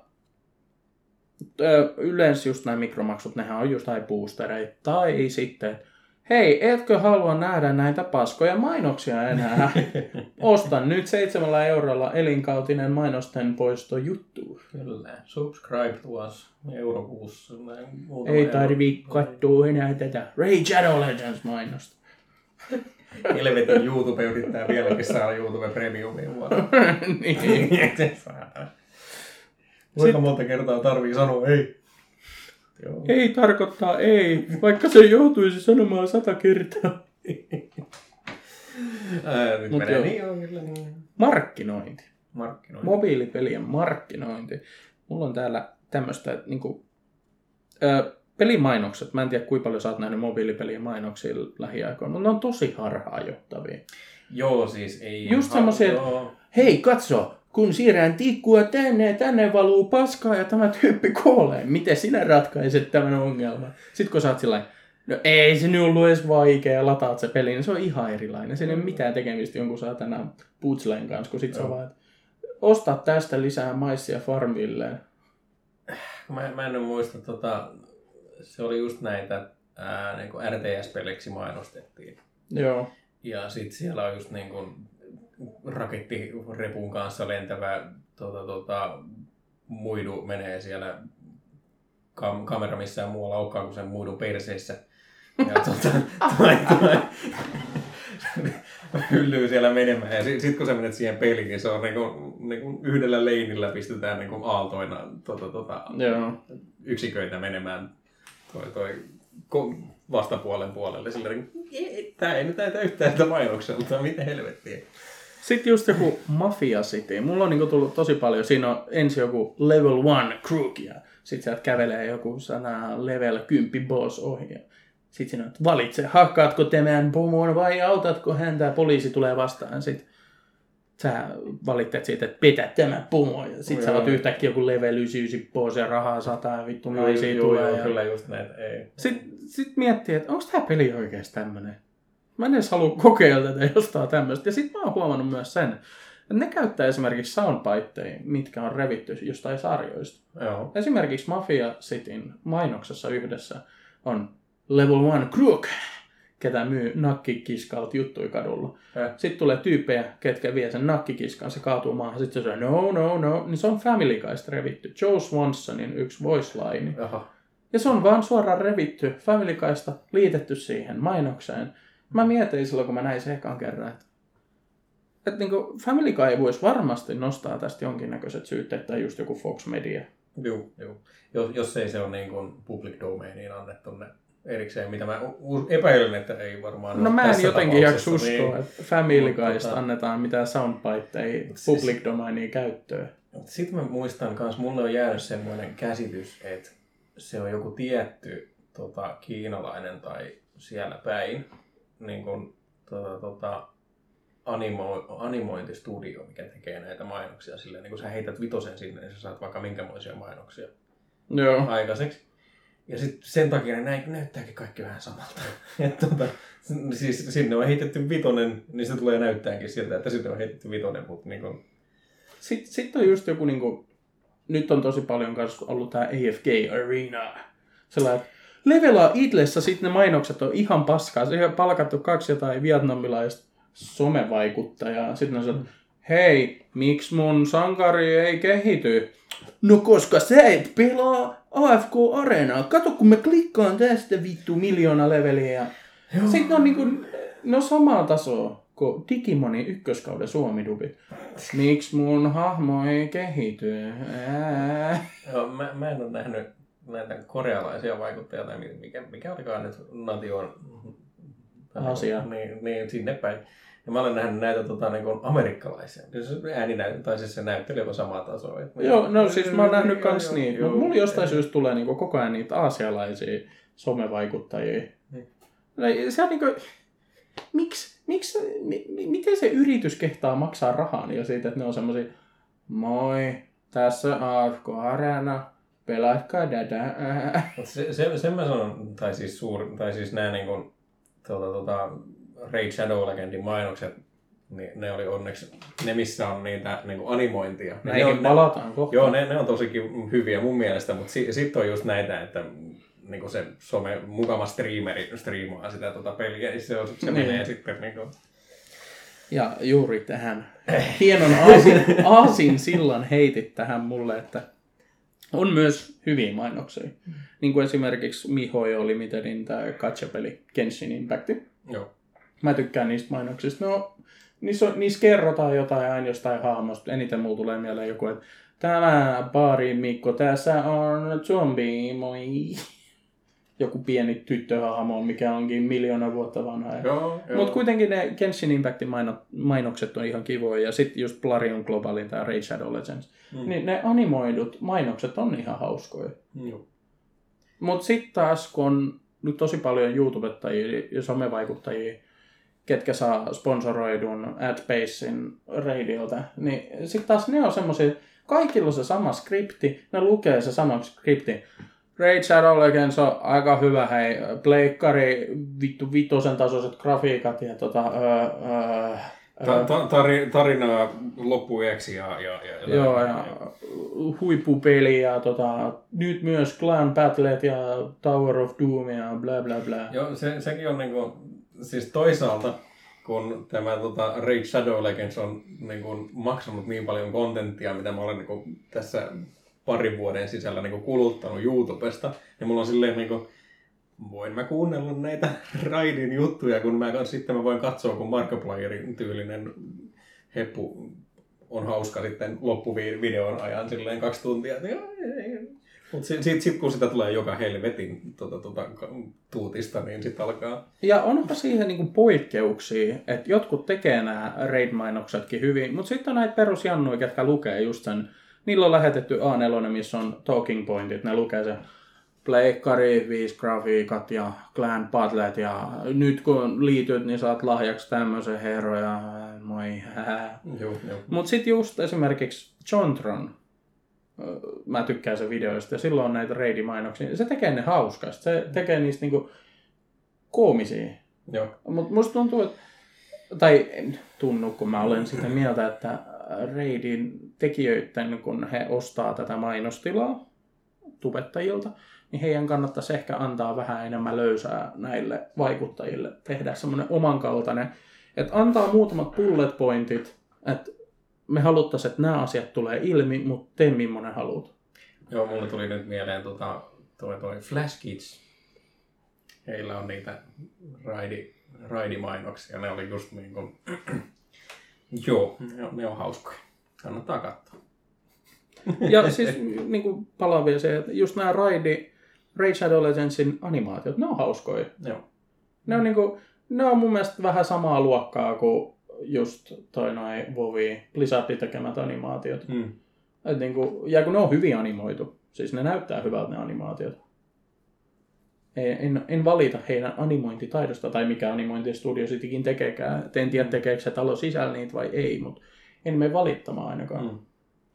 Speaker 1: yleensä just nämä mikromaksut, nehän on just boostereita. Tai sitten, hei, etkö halua nähdä näitä paskoja mainoksia enää? Ostan nyt seitsemällä eurolla elinkautinen mainosten poisto juttu.
Speaker 2: Kyllä. Subscribe to us. Euro kuussa.
Speaker 1: Ei tarvii katsoa enää tätä Raid Shadow Legends mainosta.
Speaker 2: Helvetin YouTube yrittää vieläkin saada YouTube Premiumia vuonna.
Speaker 1: Niin.
Speaker 2: Kuinka monta kertaa tarvii sanoa ei? Joo.
Speaker 1: Ei tarkoittaa ei, vaikka se joutuisi sanomaan sata kertaa.
Speaker 2: Ää, nyt
Speaker 1: Mut
Speaker 2: menee
Speaker 1: joo.
Speaker 2: niin on kyllä niin.
Speaker 1: Markkinointi.
Speaker 2: Markkinointi.
Speaker 1: Mobiilipelien markkinointi. Mulla on täällä tämmöistä niinku, ö, pelimainokset. Mä en tiedä kuinka paljon sä oot nähnyt mobiilipelien mainoksia lähiaikoina, mutta ne on tosi harhaanjohtavia.
Speaker 2: Joo, siis ei.
Speaker 1: Just semmoisia, hei katso, kun siirrän tikkua tänne, tänne valuu paskaa ja tämä tyyppi kuolee. Miten sinä ratkaiset tämän ongelman? Sitten kun sä oot sillä no ei se nyt ollut edes vaikea, lataat se peli, niin se on ihan erilainen. Siinä ei ole mitään tekemistä jonkun saatana putsleen kanssa, kun sit sä vaan, ostaa tästä lisää maissia Farmvilleen.
Speaker 2: Mä, mä en muista, tota, se oli just näitä ää, niin kuin R T S-peliksi mainostettiin.
Speaker 1: Joo.
Speaker 2: Ja sit siellä on just niin kuin rakettirepun kanssa lentävä tota, tota, muidu menee siellä kam- kamera missään muualla olekaan kuin sen muidun perseessä. Ja tota, toi, toi, hyllyy siellä menemään. Ja sit, sit kun sä menet siihen peliin, niin se on niinku, niinku yhdellä leinillä pistetään niinku aaltoina tota, tota, yksiköitä menemään toi, toi vastapuolen puolelle. Sillä niin, tää ei nyt näytä yhtään sitä mainokselta, mitä helvettiä.
Speaker 1: Sitten just joku Mafia City. Mulla on niinku tullut tosi paljon. Siinä on ensin joku level one crook ja sit sieltä kävelee joku sana level kymmenen boss ohi. Sitten siinä on, että valitse, hakkaatko tämän pomon vai autatko häntä, poliisi tulee vastaan. Sitten sä valitset siitä, että petä tämä pomo. Ja sit sä oot yhtäkkiä joku level yhdeksänkymmentä boss ja rahaa sataa ja vittu naisia tulee.
Speaker 2: Joo,
Speaker 1: ja...
Speaker 2: kyllä just näitä, ei.
Speaker 1: Sitten sit miettii, että onko tää peli oikeasti tämmönen? Mä en edes halua kokeilla tätä jostain tämmöistä. Ja sit mä oon huomannut myös sen, että ne käyttää esimerkiksi soundbiteja, mitkä on revitty jostain sarjoista.
Speaker 2: Joo.
Speaker 1: Esimerkiksi Mafia Cityn mainoksessa yhdessä on Level one Crook, ketä myy nakkikiskalta juttui kadulla.
Speaker 2: Ja.
Speaker 1: Sitten tulee tyyppejä, ketkä vie sen nakkikiskan, se kaatuu maahan. Sitten se sanoo, no, no, no. Niin se on Family Guysta revitty. Joe Swansonin yksi voice line.
Speaker 2: Aha.
Speaker 1: Ja se on vaan suoraan revitty Family Guysta, liitetty siihen mainokseen. Mä mietin silloin, kun mä näin sen ekan kerran, että, että niin kuin Family Guy voisi varmasti nostaa tästä jonkinnäköiset syytteet, tai just joku Fox Media.
Speaker 2: Joo, joo. Jos, jos ei se ole niin kuin public domainiin annettu ne erikseen, mitä mä epäilen, että ei varmaan
Speaker 1: no
Speaker 2: ole
Speaker 1: mä en
Speaker 2: tässä
Speaker 1: jotenkin jaksa
Speaker 2: tapauksessa,
Speaker 1: uskoa,
Speaker 2: niin,
Speaker 1: että Family Guysta
Speaker 2: tota,
Speaker 1: annetaan mitään soundbiteja
Speaker 2: siis,
Speaker 1: public domainiin käyttöön.
Speaker 2: Sitten mä muistan myös, mulle on jäänyt semmoinen käsitys, että se on joku tietty tota, kiinalainen tai siellä päin niin kun, tota, tota, animo, animointistudio, mikä tekee näitä mainoksia silleen, niin kun sä heität vitosen sinne, niin sä saat vaikka minkämoisia mainoksia
Speaker 1: Joo.
Speaker 2: aikaiseksi. Ja sitten sen takia ne näyttääkin kaikki vähän samalta. että tota, siis sinne on heitetty vitonen, niin se tulee näyttääkin siltä, että sinne on heitetty vitonen, mutta niin kun...
Speaker 1: Sitten sit on just joku, niin kuin, nyt on tosi paljon kanssa ollut tää A F K Arena. Sellainen, että levelaa Idlessä sitten ne mainokset on ihan paskaa. Se on palkattu kaksi jotain vietnamilaista somevaikuttajaa. Sitten on se, hei, miksi mun sankari ei kehity? No koska sä et pelaa A F K Arenaa. Kato kun mä klikkaan tästä vittu miljoona leveliä. Joo. Sitten on niinku, no samaa tasoa kuin Digimonin ykköskauden suomidubit. Miksi mun hahmo ei kehity? Ää.
Speaker 2: Joo, mä, mä en ole nähnyt näitä korealaisia vaikuttajia tai mikä, mikä olikaan nyt Nation
Speaker 1: Asia.
Speaker 2: Niin, niin sinne päin. Ja mä olen nähnyt näitä tota, niin kuin amerikkalaisia. Ääninäyttely, tai siis se näyttely on samaa tasoa.
Speaker 1: Joo, no siis mä oon nähnyt kans niitä. Mutta mulla jostain syystä tulee niinku koko ajan niitä aasialaisia somevaikuttajia. Hmm. Se on niinku... Miksi? Miks, mi, miten se yritys kehtaa maksaa rahaa jo siitä, että ne on semmosia... Moi, tässä A F K Arena, pelaatkaa tätä.
Speaker 2: Se, se, sen mä sanon, tai siis, suur, tai siis nää niinku... Tuota, tuota, Raid Shadow Legendin mainokset, niin ne oli onneksi ne, missä on niitä niin kuin animointia.
Speaker 1: Näihin palataan kohta.
Speaker 2: Joo, ne, ne on tosikin hyviä mun mielestä, mutta si, sitten on just näitä, että niin kuin se some mukava striimeri striimaa sitä tota peliä, niin se, on, se niin. menee sitten niin kuin...
Speaker 1: Ja juuri tähän hienon aasin, aasin sillan heitit tähän mulle, että on myös hyviä mainoksia. Mm. Niin kuin esimerkiksi Mihoyo Limitedin tämä gacha-peli Genshin Impact.
Speaker 2: Joo.
Speaker 1: Mä tykkään niistä mainoksista. No, niissä, on, niissä kerrotaan jotain aina jostain hahmosta. Eniten mulla tulee mieleen joku, että tämä baari Mikko, tässä on zombi, moi. Joku pieni tyttöhahmo, mikä onkin miljoona vuotta vanha. Mutta kuitenkin ne Genshin Impactin maino, mainokset on ihan kivoja. Ja sitten just Plarium Globalin tai Raid Shadow Legends. Mm. Niin ne animoidut mainokset on ihan hauskoja. Mm. Mutta sitten taas, kun on nyt tosi paljon YouTubettajia ja somevaikuttajia, ketkä saa sponsoroidun AdSpacein Radiolta, niin sitten taas ne on semmoisia, kaikilla on se sama skripti, ne lukee se sama skripti. Raid Shadow Legends on aika hyvä, hei, pleikkari, vittu vitosen tasoiset grafiikat ja tota... Öö, öö,
Speaker 2: Ta- ta- tari- tarinaa loppuiäksi ja, ja, ja...
Speaker 1: Joo, ja, ja huippupeli ja tota, nyt myös Clan Battlet ja Tower of Doom ja bla bla bla.
Speaker 2: Joo, se, sekin on niinku, siis toisaalta, kun tämä tota, Raid Shadow Legends on niinku maksanut niin paljon kontenttia, mitä mä olen niinku tässä parin vuoden sisällä niinku kuluttanut YouTubesta, niin mulla on silleen niinku, voin mä kuunnella näitä Raidin juttuja, kun mä sitten mä voin katsoa, kun Markiplierin tyylinen heppu on hauska sitten loppuvideon ajan silleen kaksi tuntia. Mutta sitten sit, sit, kun sitä tulee joka helvetin tuota, tuota, tuutista, niin sitten alkaa...
Speaker 1: Ja onpa siihen niinku poikkeuksia, että jotkut tekee nämä Raid-mainoksetkin hyvin, mutta sitten on näitä perusjannuja, jotka lukee just sen. Niillä on lähetetty A neljä, missä on talking pointit, ne lukee sen pleikkari, viisi grafiikat ja Clan Battlet ja nyt kun liityt, niin saat lahjaksi tämmöisen hero ja moi hää. Mut sit just esimerkiksi Jontron, mä tykkään sen videoista ja silloin on näitä Raid-mainoksia, se tekee ne hauskasti, se tekee niistä niinku koomisia.
Speaker 2: Joo.
Speaker 1: Mut musta tuntuu, että, tai en tunnu, kun mä olen sitä mieltä, että Raidin tekijöiden, kun he ostaa tätä mainostilaa tubettajilta, niin heidän kannattaisi ehkä antaa vähän enemmän löysää näille vaikuttajille. Tehdä semmoinen omankaltainen, että antaa muutamat bullet pointit, että me haluttaisiin, että nämä asiat tulee ilmi, mutta tee millainen haluat.
Speaker 2: Joo, mulle tuli nyt mieleen tota, toi, toi Flash Kids heillä on niitä raidi, raidimainoksia. Ne oli just niin kuin... Joo, ne on, ne on hauskoja. Kannattaa katsoa.
Speaker 1: Ja siis niin kuin palaan vielä se, että just nämä Raidi, Raid Shadow Legendsin animaatiot, ne on hauskoja.
Speaker 2: Joo.
Speaker 1: Ne on, niin kuin, ne on mun mielestä vähän samaa luokkaa kuin just toi noin WoWi, Blizzardin tekemät animaatiot.
Speaker 2: Mm.
Speaker 1: Et niin kuin, ja kun ne on hyvin animoitu, siis ne näyttää hyvältä ne animaatiot. En, en valita heidän animointitaidosta tai mikä animointistudio sittenkin tekeekään. En tiedä tekeekö se talo sisällä niitä vai ei, mutta en mene valittamaan ainakaan. Mm.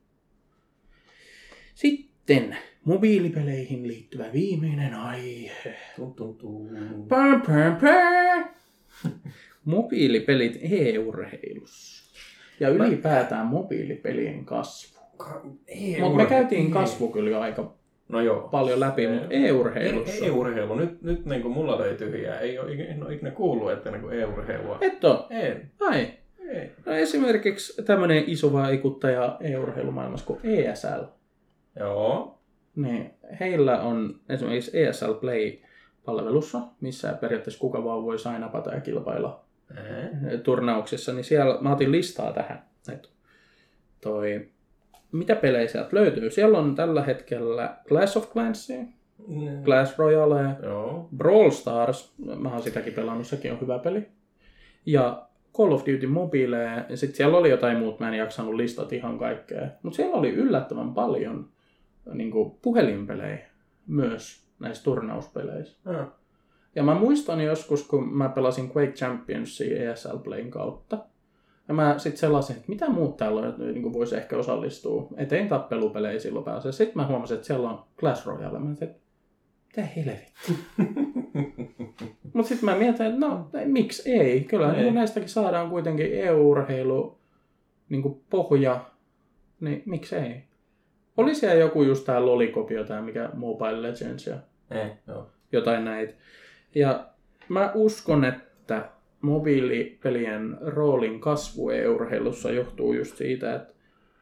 Speaker 1: Sitten mobiilipeleihin liittyvä viimeinen aihe.
Speaker 2: Tum, tum, tum.
Speaker 1: Pää, pää, pää. Mobiilipelit e-urheilussa. Ja ylipäätään mobiilipelien kasvu. Mutta me käytiin kasvu kyllä jo aika
Speaker 2: no joo.
Speaker 1: paljon läpi, mutta e-urheilussa.
Speaker 2: E-urheilu. Nyt, nyt niin kuin mulla löi tyhjää. Ei ole, en ole ikinä kuullut, että niin kuin e-urheilua.
Speaker 1: Et oo?
Speaker 2: En.
Speaker 1: Ai.
Speaker 2: Ei.
Speaker 1: No esimerkiksi tämmöinen iso vaikuttaja e-urheilumaailmassa kuin E S L.
Speaker 2: Joo.
Speaker 1: Niin, heillä on esimerkiksi E S L Play-palvelussa, missä periaatteessa kuka vaan voi sainapata ja kilpailla Ää. turnauksissa, niin siellä mä otin listaa tähän. Että toi, mitä pelejä sieltä löytyy? Siellä on tällä hetkellä Clash of Clansia, mm. Clash Royale,
Speaker 2: Joo.
Speaker 1: Brawl Stars, mä oon sitäkin pelannut, sekin on hyvä peli. Ja Call of Duty Mobile, ja sitten siellä oli jotain muuta, mä en jaksanut listat ihan kaikkea. Mutta siellä oli yllättävän paljon niin kuin puhelinpelejä myös näissä turnauspeleissä.
Speaker 2: Mm.
Speaker 1: Ja mä muistan joskus, kun mä pelasin Quake Championsia E S L Playn kautta. Ja mä sitten selasin, että mitä muut täällä on, niin voisi ehkä osallistua. Et ei tappelupelejä silloin pääse. Sitten mä huomasin, että siellä on Clash Royale. Mä ajattelin, että mitä helvettiä. Mutta sitten mä mietin, että no miksi ei. Kyllä niin näistäkin saadaan kuitenkin e-urheilu niin pohja. Niin miksi ei. Oli siellä joku just tää Lolikopio tai mikä Mobile Legends ja
Speaker 2: ei, no.
Speaker 1: jotain näitä. Ja mä uskon, että mobiilipelien roolin kasvu e-urheilussa johtuu just siitä, että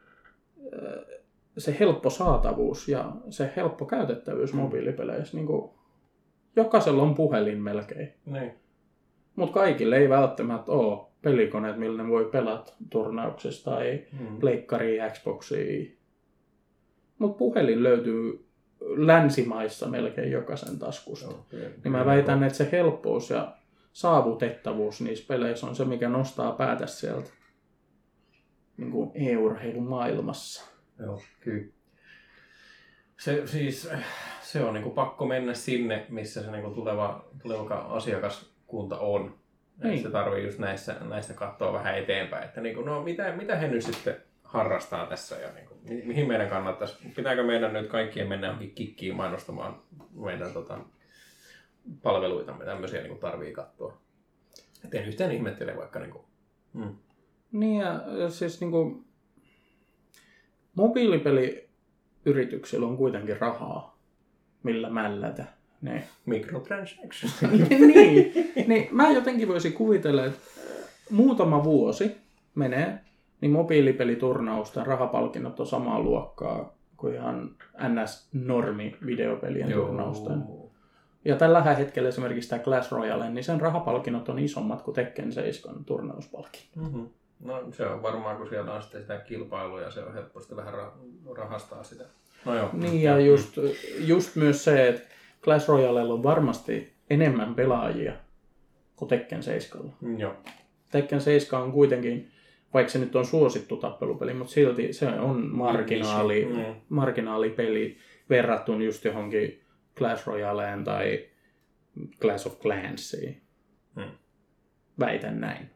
Speaker 1: se helppo saatavuus ja se helppo käytettävyys mm. mobiilipeleissä. Niin kuin jokaisella on puhelin melkein.
Speaker 2: Niin.
Speaker 1: Mutta kaikille ei välttämättä ole pelikoneet, millä ne voi pelata turnauksesta tai mm. pleikkaria, Xboxia. Mutta puhelin löytyy länsimaissa melkein jokaisen taskusta. Okay. Niin mä väitän, että se helppous ja saavutettavuus niissä peleissä on se, mikä nostaa päätä sieltä niin kuin e-urheilun maailmassa.
Speaker 2: Joo, kyllä. Se, siis, se on niin kuin pakko mennä sinne, missä se niin kuin tuleva, tuleva asiakaskunta on. Niin. Se tarvii just näissä, näistä katsoa vähän eteenpäin, että niin kuin, no, mitä, mitä he nyt sitten harrastaa tässä ja niin kuin, mi- mihin meidän kannattaisi, pitääkö meidän nyt kaikkien mennä johonkin kikkiin mainostamaan meidän tota, palveluitamme, tämmöisiä niin kuin tarvii katsoa. Et en yhtään ihmettele vaikka niin kuin, mm.
Speaker 1: Niin ja siis niin kuin mobiilipeliyrityksillä on kuitenkin rahaa, millä mällätä. Ne.
Speaker 2: Microtransactions.
Speaker 1: niin, niin, mä jotenkin voisin kuvitella, että muutama vuosi menee, niin mobiilipeliturnausten rahapalkinnot on samaa luokkaa kuin ihan N S-normi-videopelien Joo. turnausten. Ja tällä hetkellä esimerkiksi tämä Clash Royale, niin sen rahapalkinnot on isommat kuin Tekken seitsemän turnauspalkinnot.
Speaker 2: Mm-hmm. No se on varmaan, kun siellä on sitten sitä kilpailua ja se on helposti vähän rahastaa sitä. No joo.
Speaker 1: Niin ja just, just myös se, että Clash Royalella on varmasti enemmän pelaajia kuin Tekken seitsemän.
Speaker 2: Mm, joo.
Speaker 1: Tekken seitsemän on kuitenkin, vaikka se nyt on suosittu tappelupeli, mutta silti se on marginaali, mm. marginaalipeli verrattuna just johonkin Clash Royaleen tai Clash of Clansiin. Mm. Väitän näin.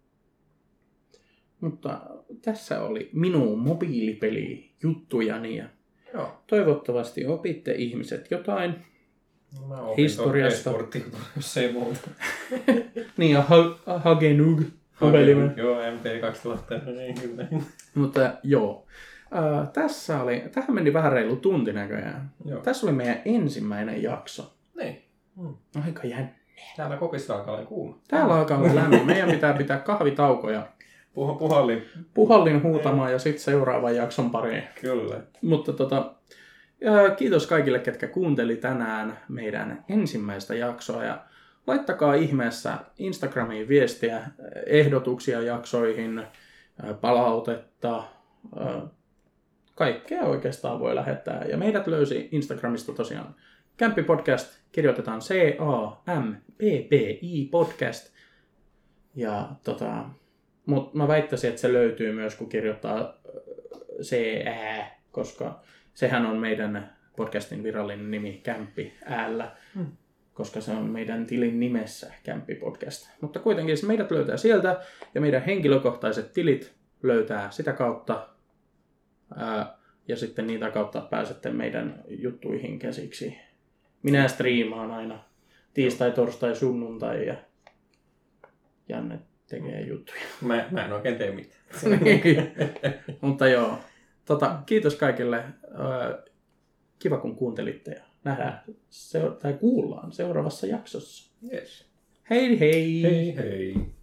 Speaker 1: Mutta tässä oli minun mobiilipeli-juttujani ja
Speaker 2: Joo.
Speaker 1: toivottavasti opitte ihmiset jotain
Speaker 2: no, mä
Speaker 1: historiasta.
Speaker 2: Jos ei muuta.
Speaker 1: niin ja ha- Hagenug.
Speaker 2: Hagenug. Joo, M T kaksituhatta. Niin, kyllä.
Speaker 1: Mutta joo. Äh, tässä oli, tähän meni vähän reilu tunti näköjään. Joo. Tässä oli meidän ensimmäinen jakso.
Speaker 2: Niin. Mm.
Speaker 1: Aika jännä.
Speaker 2: Täällä kopissa alkaa olla kuuma.
Speaker 1: Täällä alkaa olla lämmin. Meidän pitää pitää kahvitaukoja.
Speaker 2: Puh- puhallin.
Speaker 1: Puhallin huutamaan ja sitten seuraavan jakson pariin.
Speaker 2: Kyllä.
Speaker 1: Mutta tota, Ja kiitos kaikille, ketkä kuunteli tänään meidän ensimmäistä jaksoa. Ja laittakaa ihmeessä Instagramiin viestiä, ehdotuksia jaksoihin, palautetta. Kaikkea oikeastaan voi lähettää. Ja meidät löysi Instagramista tosiaan Kämppi Podcast. Kirjoitetaan C A M P P I Podcast. Ja tota, mutta mä väittäisin, että se löytyy myös, kun kirjoittaa C Ä, koska sehän on meidän podcastin virallinen nimi Kämppi Äällä, hmm. koska se on meidän tilin nimessä Kämppi Podcast. Mutta kuitenkin meidät löytää sieltä ja meidän henkilökohtaiset tilit löytää sitä kautta. Ää, ja sitten niitä kautta pääsette meidän juttuihin käsiksi. Minä striimaan aina tiistai, torstai, sunnuntai ja Janne tekee juttuja.
Speaker 2: Mä, mä en oikein tee mitään.
Speaker 1: Mutta joo, tota, kiitos kaikille. Kiva kun kuuntelitte ja nähdään seura- tai kuullaan seuraavassa jaksossa.
Speaker 2: Yes.
Speaker 1: Hei hei!
Speaker 2: Hei hei!